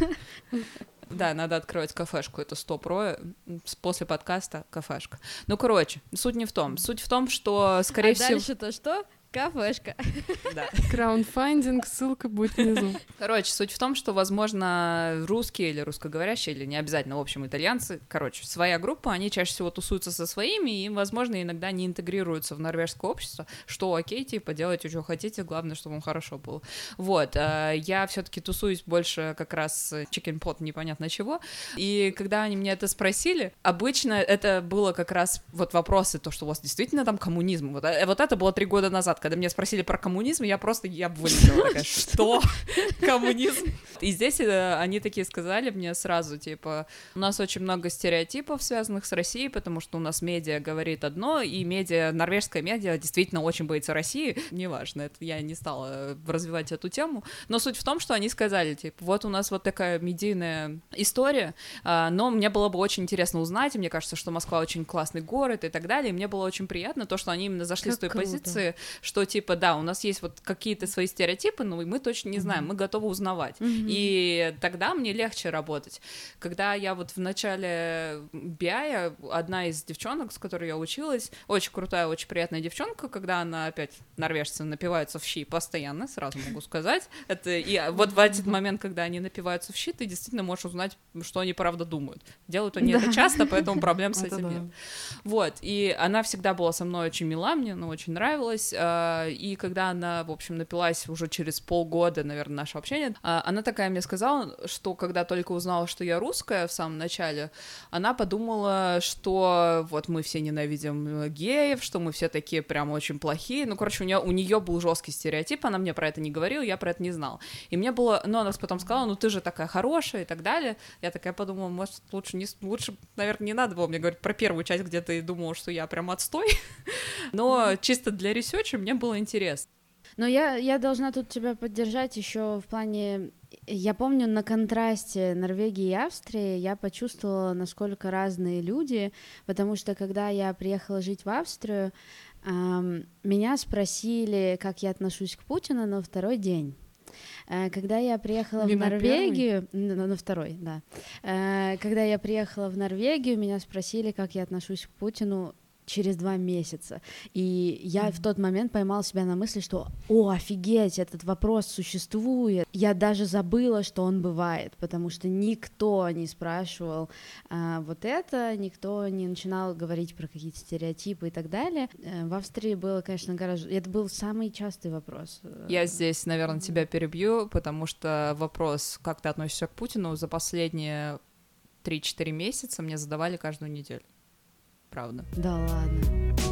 Да, надо открывать кафешку, это 100%, после подкаста кафешка. Ну, короче, суть не в том. Суть в том, что, скорее всего... дальше-то что? Кафешка. Да. Краундфандинг, ссылка будет внизу. Короче, суть в том, что, возможно, русские или русскоговорящие, или не обязательно, в общем, итальянцы, короче, своя группа, они чаще всего тусуются со своими, и, возможно, иногда не интегрируются в норвежское общество, что окей, типа, делайте, что хотите, главное, чтобы вам хорошо было. Вот, я все-таки тусуюсь больше как раз chicken pot, непонятно чего, и когда они меня это спросили, обычно это было как раз вот вопросы, то, что у вас действительно там коммунизм, вот это было 3 года назад, когда меня спросили про коммунизм, я вылетела такая, что? Коммунизм? И здесь они такие сказали мне сразу, типа, у нас очень много стереотипов, связанных с Россией, потому что у нас медиа говорит одно, и норвежская медиа действительно очень боится России, неважно, это я не стала развивать эту тему, но суть в том, что они сказали, типа, вот у нас вот такая медийная история, но мне было бы очень интересно узнать, и мне кажется, что Москва очень классный город и так далее, и мне было очень приятно то, что они именно зашли как с той круто. позиции, что, типа, да, у нас есть вот какие-то свои стереотипы, но мы точно не знаем, мы готовы узнавать. И тогда мне легче работать. Когда я вот в начале BI, одна из девчонок, с которой я училась, очень крутая, очень приятная девчонка, когда она опять, норвежцы напиваются в щи постоянно, сразу могу сказать, и вот в этот момент, когда они напиваются в щи, ты действительно можешь узнать, что они правда думают. Делают они это часто, поэтому проблем с этим нет. Вот, и она всегда была со мной очень мила, мне она очень нравилась, и когда она, в общем, напилась уже через полгода, наверное, нашего общения, она такая мне сказала, что когда только узнала, что я русская в самом начале, она подумала, что вот мы все ненавидим геев, что мы все такие прям очень плохие, ну, короче, у нее был жесткий стереотип, она мне про это не говорила, я про это не знала, и мне было, ну, она потом сказала, ну, ты же такая хорошая и так далее, я такая подумала, может, лучше, наверное, не надо было мне говорить про первую часть, где ты думала, что я прям отстой, но чисто для ресерча мне было интересно. Но я должна тут тебя поддержать еще в плане... Я помню, на контрасте Норвегии и Австрии я почувствовала, насколько разные люди, потому что когда я приехала жить в Австрию, меня спросили, как я отношусь к Путину на второй день. Когда я приехала в Норвегию... На второй, да. Когда я приехала в Норвегию, меня спросили, как я отношусь к Путину через 2 месяца. И я в тот момент поймала себя на мысли, что офигеть, этот вопрос существует. Я даже забыла, что он бывает, потому что никто не спрашивал вот это, никто не начинал говорить про какие-то стереотипы и так далее. В Австрии было, конечно, гораздо... Это был самый частый вопрос. Я здесь, наверное, тебя перебью, потому что вопрос, как ты относишься к Путину, за последние 3-4 месяца мне задавали каждую неделю. Правда. Да ладно.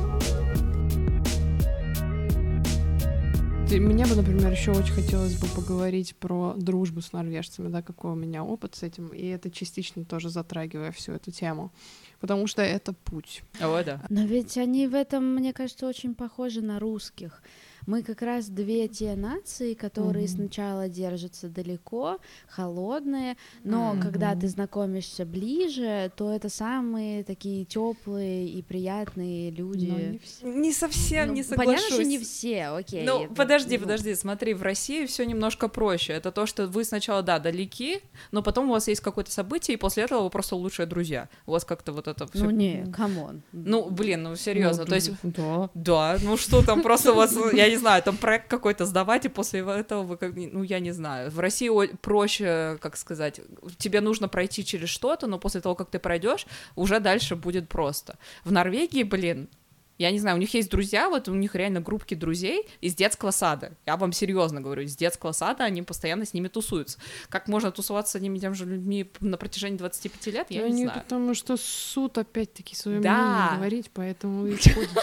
Мне бы, например, еще очень хотелось бы поговорить про дружбу с норвежцами, да, какой у меня опыт с этим, и это частично тоже затрагивая всю эту тему, потому что это путь. О, да. Но ведь они в этом, мне кажется, очень похожи на русских. Мы как раз 2 те нации, которые сначала держатся далеко, холодные, но когда ты знакомишься ближе, то это самые такие теплые и приятные люди. Не совсем, не соглашусь. Понятно, что не все, окей. Ну, подожди, смотри, в России все немножко проще. Это то, что вы сначала, да, далеки, но потом у вас есть какое-то событие, и после этого вы просто лучшие друзья. У вас как-то вот это всё... Ну, не, камон. Ну, блин, ну, серьезно, то есть... Да. Да, ну что там, просто у вас, я не знаю, там проект какой-то сдавать, и после этого вы как, ну, я не знаю, в России проще, как сказать, тебе нужно пройти через что-то, но после того, как ты пройдешь, уже дальше будет просто. В Норвегии, блин, Я не знаю, у них есть друзья, вот у них реально группки друзей из детского сада. Я вам серьезно говорю, из детского сада они постоянно с ними тусуются. Как можно тусоваться с одними и теми же людьми на протяжении 25 лет, я не знаю. Потому что суд опять-таки свое Да. мнение говорить, поэтому и ходят.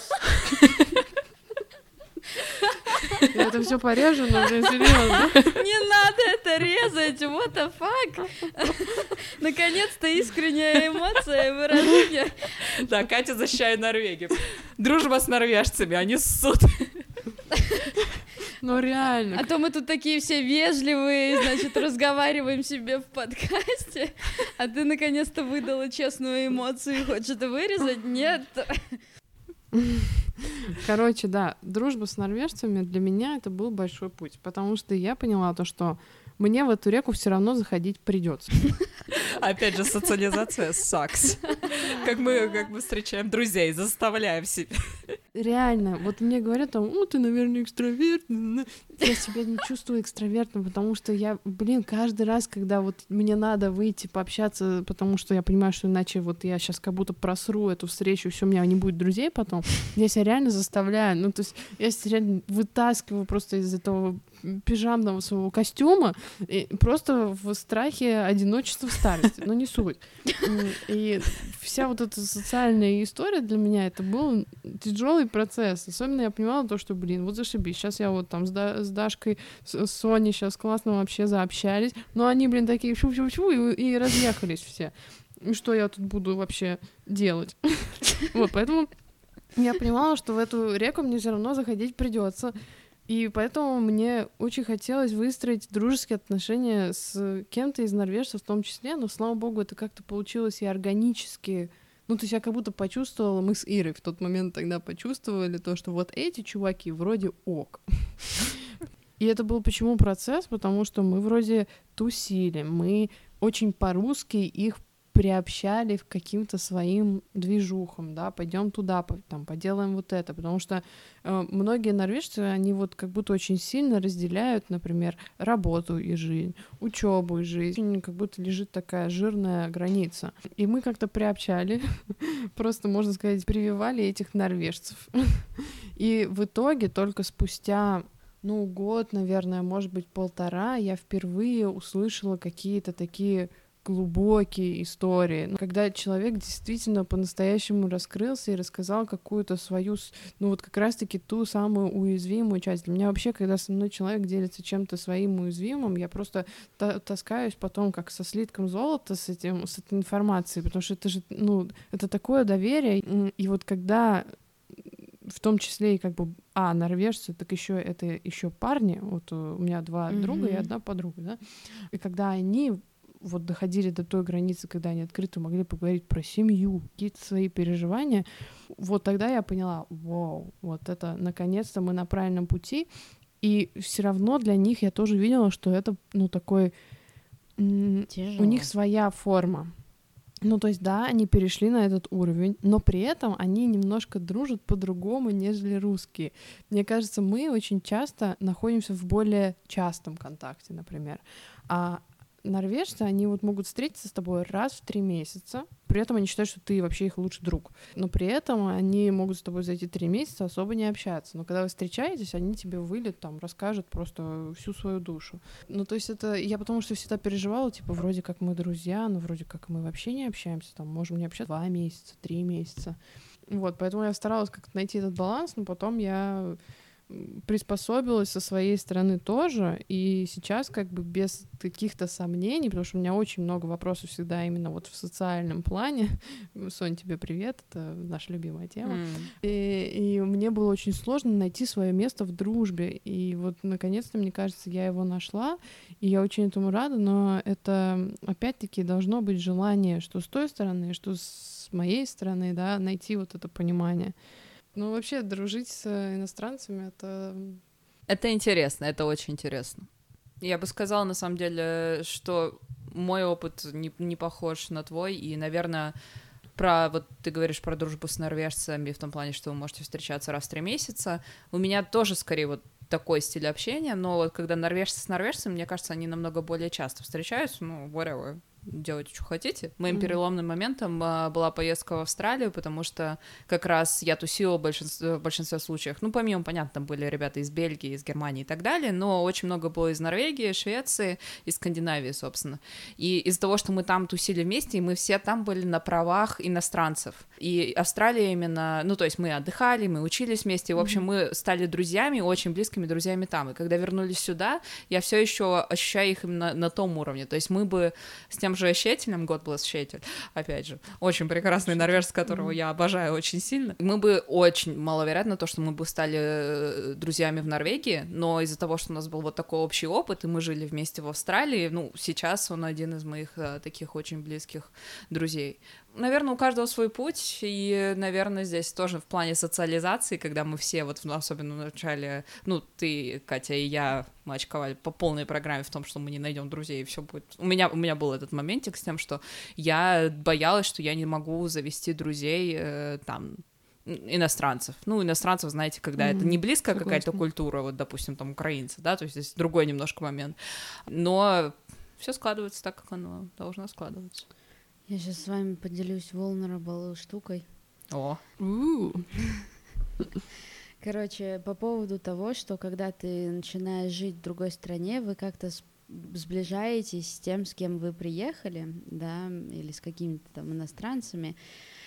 Я это все порежу, но, блин, серьезно. Не надо это резать, what the fuck? Наконец-то искренняя эмоция и выражение. Да, Катя защищает Норвегию. Дружба с норвежцами, они ссут. Ну реально. А то мы тут такие все вежливые, значит, разговариваем себе в подкасте, а ты наконец-то выдала честную эмоцию и хочешь это вырезать? Нет. Короче, да, дружба с норвежцами для меня это был большой путь, потому что я поняла то, что мне в эту реку все равно заходить придется. Опять же, социализация sucks. Как мы встречаем друзей, заставляем себя. Реально, вот мне говорят там, ты, наверное, экстраверт. Я себя не чувствую экстравертом, потому что я, каждый раз, когда вот мне надо выйти пообщаться, потому что я понимаю, что иначе вот я сейчас как будто просру эту встречу, все, у меня не будет друзей потом, я себя реально заставляю, то есть я себя реально вытаскиваю просто из этого пижамного своего костюма и просто в страхе одиночества в старости, но не суть. И вся вот эта социальная история для меня это был тяжелый процесс. Особенно я понимала то, что, вот зашибись. Сейчас я вот там с Дашкой, с Соней сейчас классно вообще заобщались, но они, такие фу-фу-фу и разъехались все. И что я тут буду вообще делать? Вот, поэтому я понимала, что в эту реку мне все равно заходить придется. И поэтому мне очень хотелось выстроить дружеские отношения с кем-то из норвежцев в том числе, но, слава богу, это как-то получилось и органически. То есть я как будто почувствовала, мы с Ирой в тот момент тогда почувствовали то, что вот эти чуваки вроде ок. И это был почему процесс? Потому что мы вроде тусили, мы очень по-русски их приобщали к каким-то своим движухам, да, пойдем туда, поделаем вот это, потому что многие норвежцы, они вот как будто очень сильно разделяют, например, работу и жизнь, учебу и жизнь, как будто лежит такая жирная граница. И мы как-то приобщали, просто, можно сказать, прививали этих норвежцев. И в итоге только спустя год, наверное, может быть, 1,5, я впервые услышала какие-то такие глубокие истории, когда человек действительно по-настоящему раскрылся и рассказал какую-то свою, как раз-таки ту самую уязвимую часть. Для меня вообще, когда со мной человек делится чем-то своим уязвимым, я просто таскаюсь потом как со слитком золота с этой информацией, потому что это же, это такое доверие, и вот когда в том числе и норвежцы, так еще это еще парни, вот у меня 2 друга и 1 подруга, да, и когда они вот доходили до той границы, когда они открыто могли поговорить про семью, какие-то свои переживания, вот тогда я поняла, вау, вот это наконец-то мы на правильном пути, и все равно для них я тоже видела, что это, такой, тяжело. У них своя форма. То есть, да, они перешли на этот уровень, но при этом они немножко дружат по-другому, нежели русские. Мне кажется, мы очень часто находимся в более частом контакте, например, а норвежцы, они вот могут встретиться с тобой раз в 3 месяца, при этом они считают, что ты вообще их лучший друг, но при этом они могут с тобой за эти 3 месяца особо не общаться, но когда вы встречаетесь, они тебе вылет, расскажут просто всю свою душу. То есть это я потому что всегда переживала, вроде как мы друзья, но вроде как мы вообще не общаемся, можем не общаться 2 месяца, 3 месяца. Вот, поэтому я старалась как-то найти этот баланс, но потом я приспособилась со своей стороны тоже, и сейчас без каких-то сомнений, потому что у меня очень много вопросов всегда именно вот в социальном плане. Сонь, тебе привет, это наша любимая тема. И мне было очень сложно найти свое место в дружбе, и вот наконец-то, мне кажется, я его нашла, и я очень этому рада, но это опять-таки должно быть желание, что с той стороны, что с моей стороны, да, найти вот это понимание. Вообще, дружить с иностранцами — это... Это интересно, это очень интересно. Я бы сказала, на самом деле, что мой опыт не похож на твой, и, наверное, вот ты говоришь про дружбу с норвежцами в том плане, что вы можете встречаться раз в 3 месяца. У меня тоже, скорее, вот такой стиль общения, но вот когда норвежцы с норвежцами, мне кажется, они намного более часто встречаются, whatever. делайте, что хотите. Моим переломным моментом была поездка в Австралию, потому что как раз я тусила в большинстве случаев. Ну, помимо, понятно, там были ребята из Бельгии, из Германии и так далее, но очень много было из Норвегии, Швеции, из Скандинавии, собственно. И из-за того, что мы там тусили вместе, и мы все там были на правах иностранцев. И Австралия именно, ну, то есть мы отдыхали, мы учились вместе, и, в общем, мы стали друзьями, очень близкими друзьями там. И когда вернулись сюда, я все еще ощущаю их именно на том уровне. То есть мы бы с тем же Щетелем, God bless Щетель, опять же, очень прекрасный норвежец, которого я обожаю очень сильно, мы бы очень маловероятно то, что мы бы стали друзьями в Норвегии, но из-за того, что у нас был вот такой общий опыт, и мы жили вместе в Австралии, ну, сейчас он один из моих таких очень близких друзей. Наверное, у каждого свой путь, и, наверное, здесь тоже в плане социализации, когда мы все, вот особенно в начале, ну, ты, Катя и я, мы очковали по полной программе в том, что мы не найдем друзей, и все будет... У меня был этот моментик с тем, что я боялась, что я не могу завести друзей там, иностранцев. Ну, иностранцев, знаете, когда это не близкая какая-то культура, вот, допустим, там, украинцы, да, то есть здесь другой немножко момент. Но все складывается так, как оно должно складываться. Я сейчас с вами поделюсь vulnerable штукой. О. Короче, по поводу того, что когда ты начинаешь жить в другой стране, вы как-то сближаетесь с тем, с кем вы приехали, да, или с какими-то там иностранцами.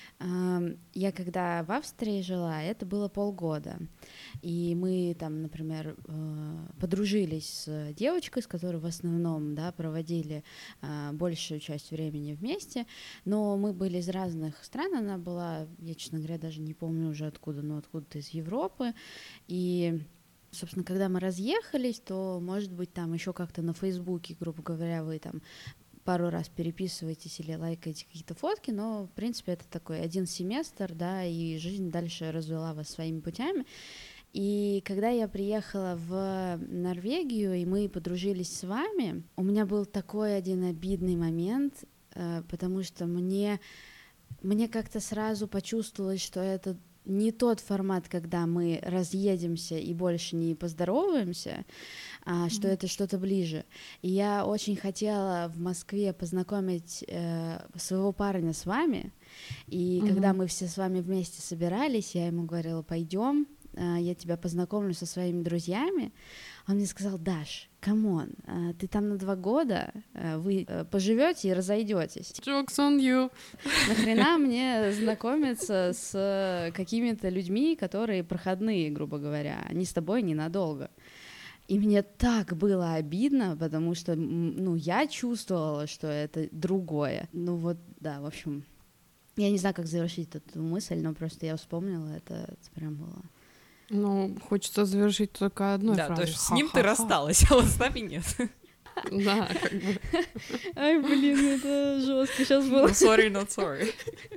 Я когда в Австрии жила, это было полгода, и мы там, например, подружились с девочкой, с которой в основном, да, проводили большую часть времени вместе, но мы были из разных стран, она была, я, честно говоря, даже не помню уже откуда, но откуда-то из Европы, и... Собственно, когда мы разъехались, то, может быть, там еще как-то на Фейсбуке, грубо говоря, вы там пару раз переписываетесь или лайкаете какие-то фотки, но, в принципе, это такой один семестр, да, и жизнь дальше развела вас своими путями. И когда я приехала в Норвегию, и мы подружились с вами, у меня был такой один обидный момент, потому что мне как-то сразу почувствовалось, что это не тот формат, когда мы разъедемся и больше не поздороваемся, а что это что-то ближе. И я очень хотела в Москве познакомить своего парня с вами, и когда мы все с вами вместе собирались, я ему говорила: пойдем, я тебя познакомлю со своими друзьями. Он мне сказал: Даш, камон, ты там на 2 года, вы поживете и разойдетесь. Jokes on you. Нахрена мне знакомиться с какими-то людьми, которые проходные, грубо говоря, они с тобой ненадолго. И мне так было обидно, потому что, ну, я чувствовала, что это другое. Ну вот, да, в общем, я не знаю, как завершить эту мысль, но просто я вспомнила, это прям было... Ну, хочется завершить только одной фразой. Да, то есть с ним ты рассталась, а вот с нами нет. Да, как бы. Ай, блин, это жестко сейчас было. Sorry, not sorry.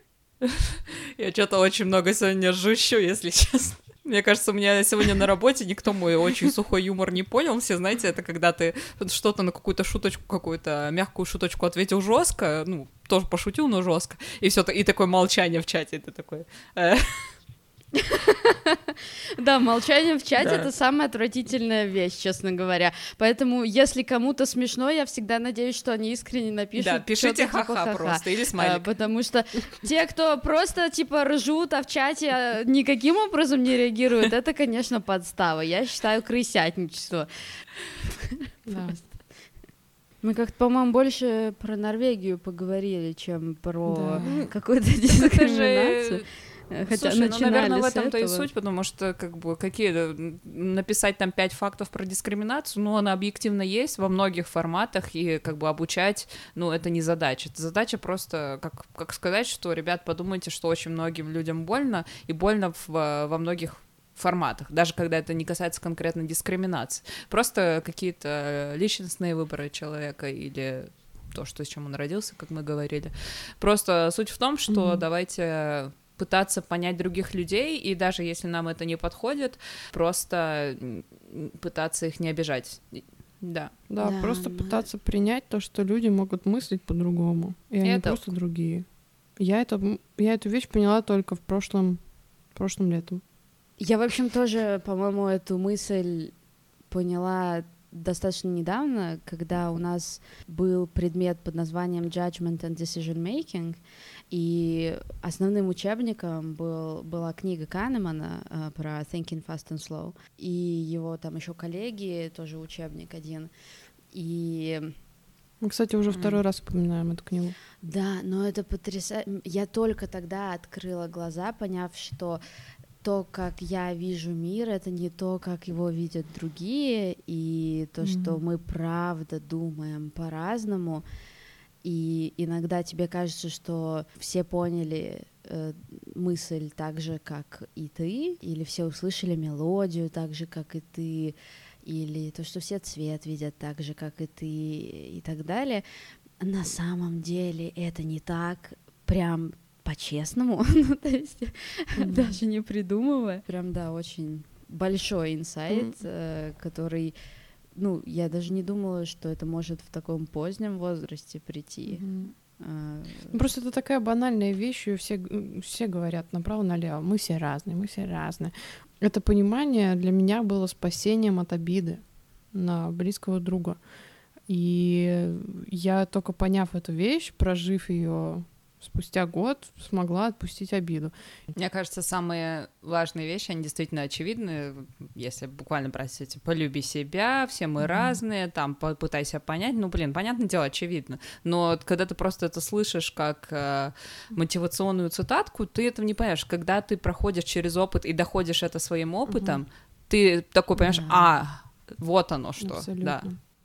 Я что-то очень много сегодня жущу, если честно. Мне кажется, у меня сегодня на работе никто мой очень сухой юмор не понял. Все, знаете, это когда ты что-то на какую-то шуточку, какую-то мягкую шуточку ответил жестко, ну, тоже пошутил, но жестко, и все, и такое молчание в чате, ты такой... Да, молчание в чате — это самая отвратительная вещь, честно говоря. Поэтому, если кому-то смешно, я всегда надеюсь, что они искренне напишут. Да, пишите ха-ха просто, или смайлик. Потому что те, кто просто, типа, ржут, а в чате никаким образом не реагируют, это, конечно, подстава. Я считаю, крысятничество. Да. Мы как-то, по-моему, больше про Норвегию поговорили, чем про какую-то дискриминацию. Хотя, слушай, ну, наверное, в этом-то и суть, потому что, как бы, написать там 5 фактов про дискриминацию, ну, она объективно есть во многих форматах, и, как бы, обучать, ну, это не задача. Это задача просто, как сказать, что, ребят, подумайте, что очень многим людям больно, и больно во многих форматах, даже когда это не касается конкретно дискриминации. Просто какие-то личностные выборы человека или то, что, с чем он родился, как мы говорили. Просто суть в том, что давайте... пытаться понять других людей, и даже если нам это не подходит, просто пытаться их не обижать. Да. Да, просто пытаться принять то, что люди могут мыслить по-другому, и они просто другие. Я эту вещь поняла только в прошлом летом. Я, в общем, тоже, по-моему, эту мысль поняла достаточно недавно, когда у нас был предмет под названием Judgment and Decision Making, и основным учебником была книга Канемана про Thinking Fast and Slow, и его там еще коллеги, тоже учебник один, и... Мы, кстати, уже второй раз упоминаем эту книгу. Да, но это потрясающе. Я только тогда открыла глаза, поняв, что то, как я вижу мир, это не то, как его видят другие, и то, что мы правда думаем по-разному, и иногда тебе кажется, что все поняли мысль так же, как и ты, или все услышали мелодию так же, как и ты, или то, что все цвет видят так же, как и ты, и так далее. На самом деле это не так, прям по-честному, ну, то есть даже не придумывая. Прям, да, очень большой инсайт, который, ну, я даже не думала, что это может в таком позднем возрасте прийти. Просто это такая банальная вещь, и все говорят направо-налево, мы все разные. Это понимание для меня было спасением от обиды на близкого друга. И я только поняв эту вещь, прожив ее спустя год, смогла отпустить обиду. Мне кажется, самые важные вещи, они действительно очевидны, если буквально простите, полюби себя, все мы разные, там, попытайся понять, ну, блин, понятное дело, очевидно, но когда ты просто это слышишь как мотивационную цитатку, ты этого не понимаешь. Когда ты проходишь через опыт и доходишь это своим опытом, ты такой понимаешь, вот оно что, абсолютно. Да.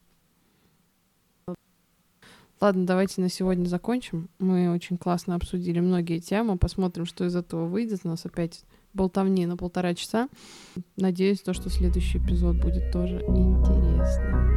Ладно, давайте на сегодня закончим. Мы очень классно обсудили многие темы. Посмотрим, что из этого выйдет. У нас опять болтовни на 1,5 часа. Надеюсь, что следующий эпизод будет тоже интересным.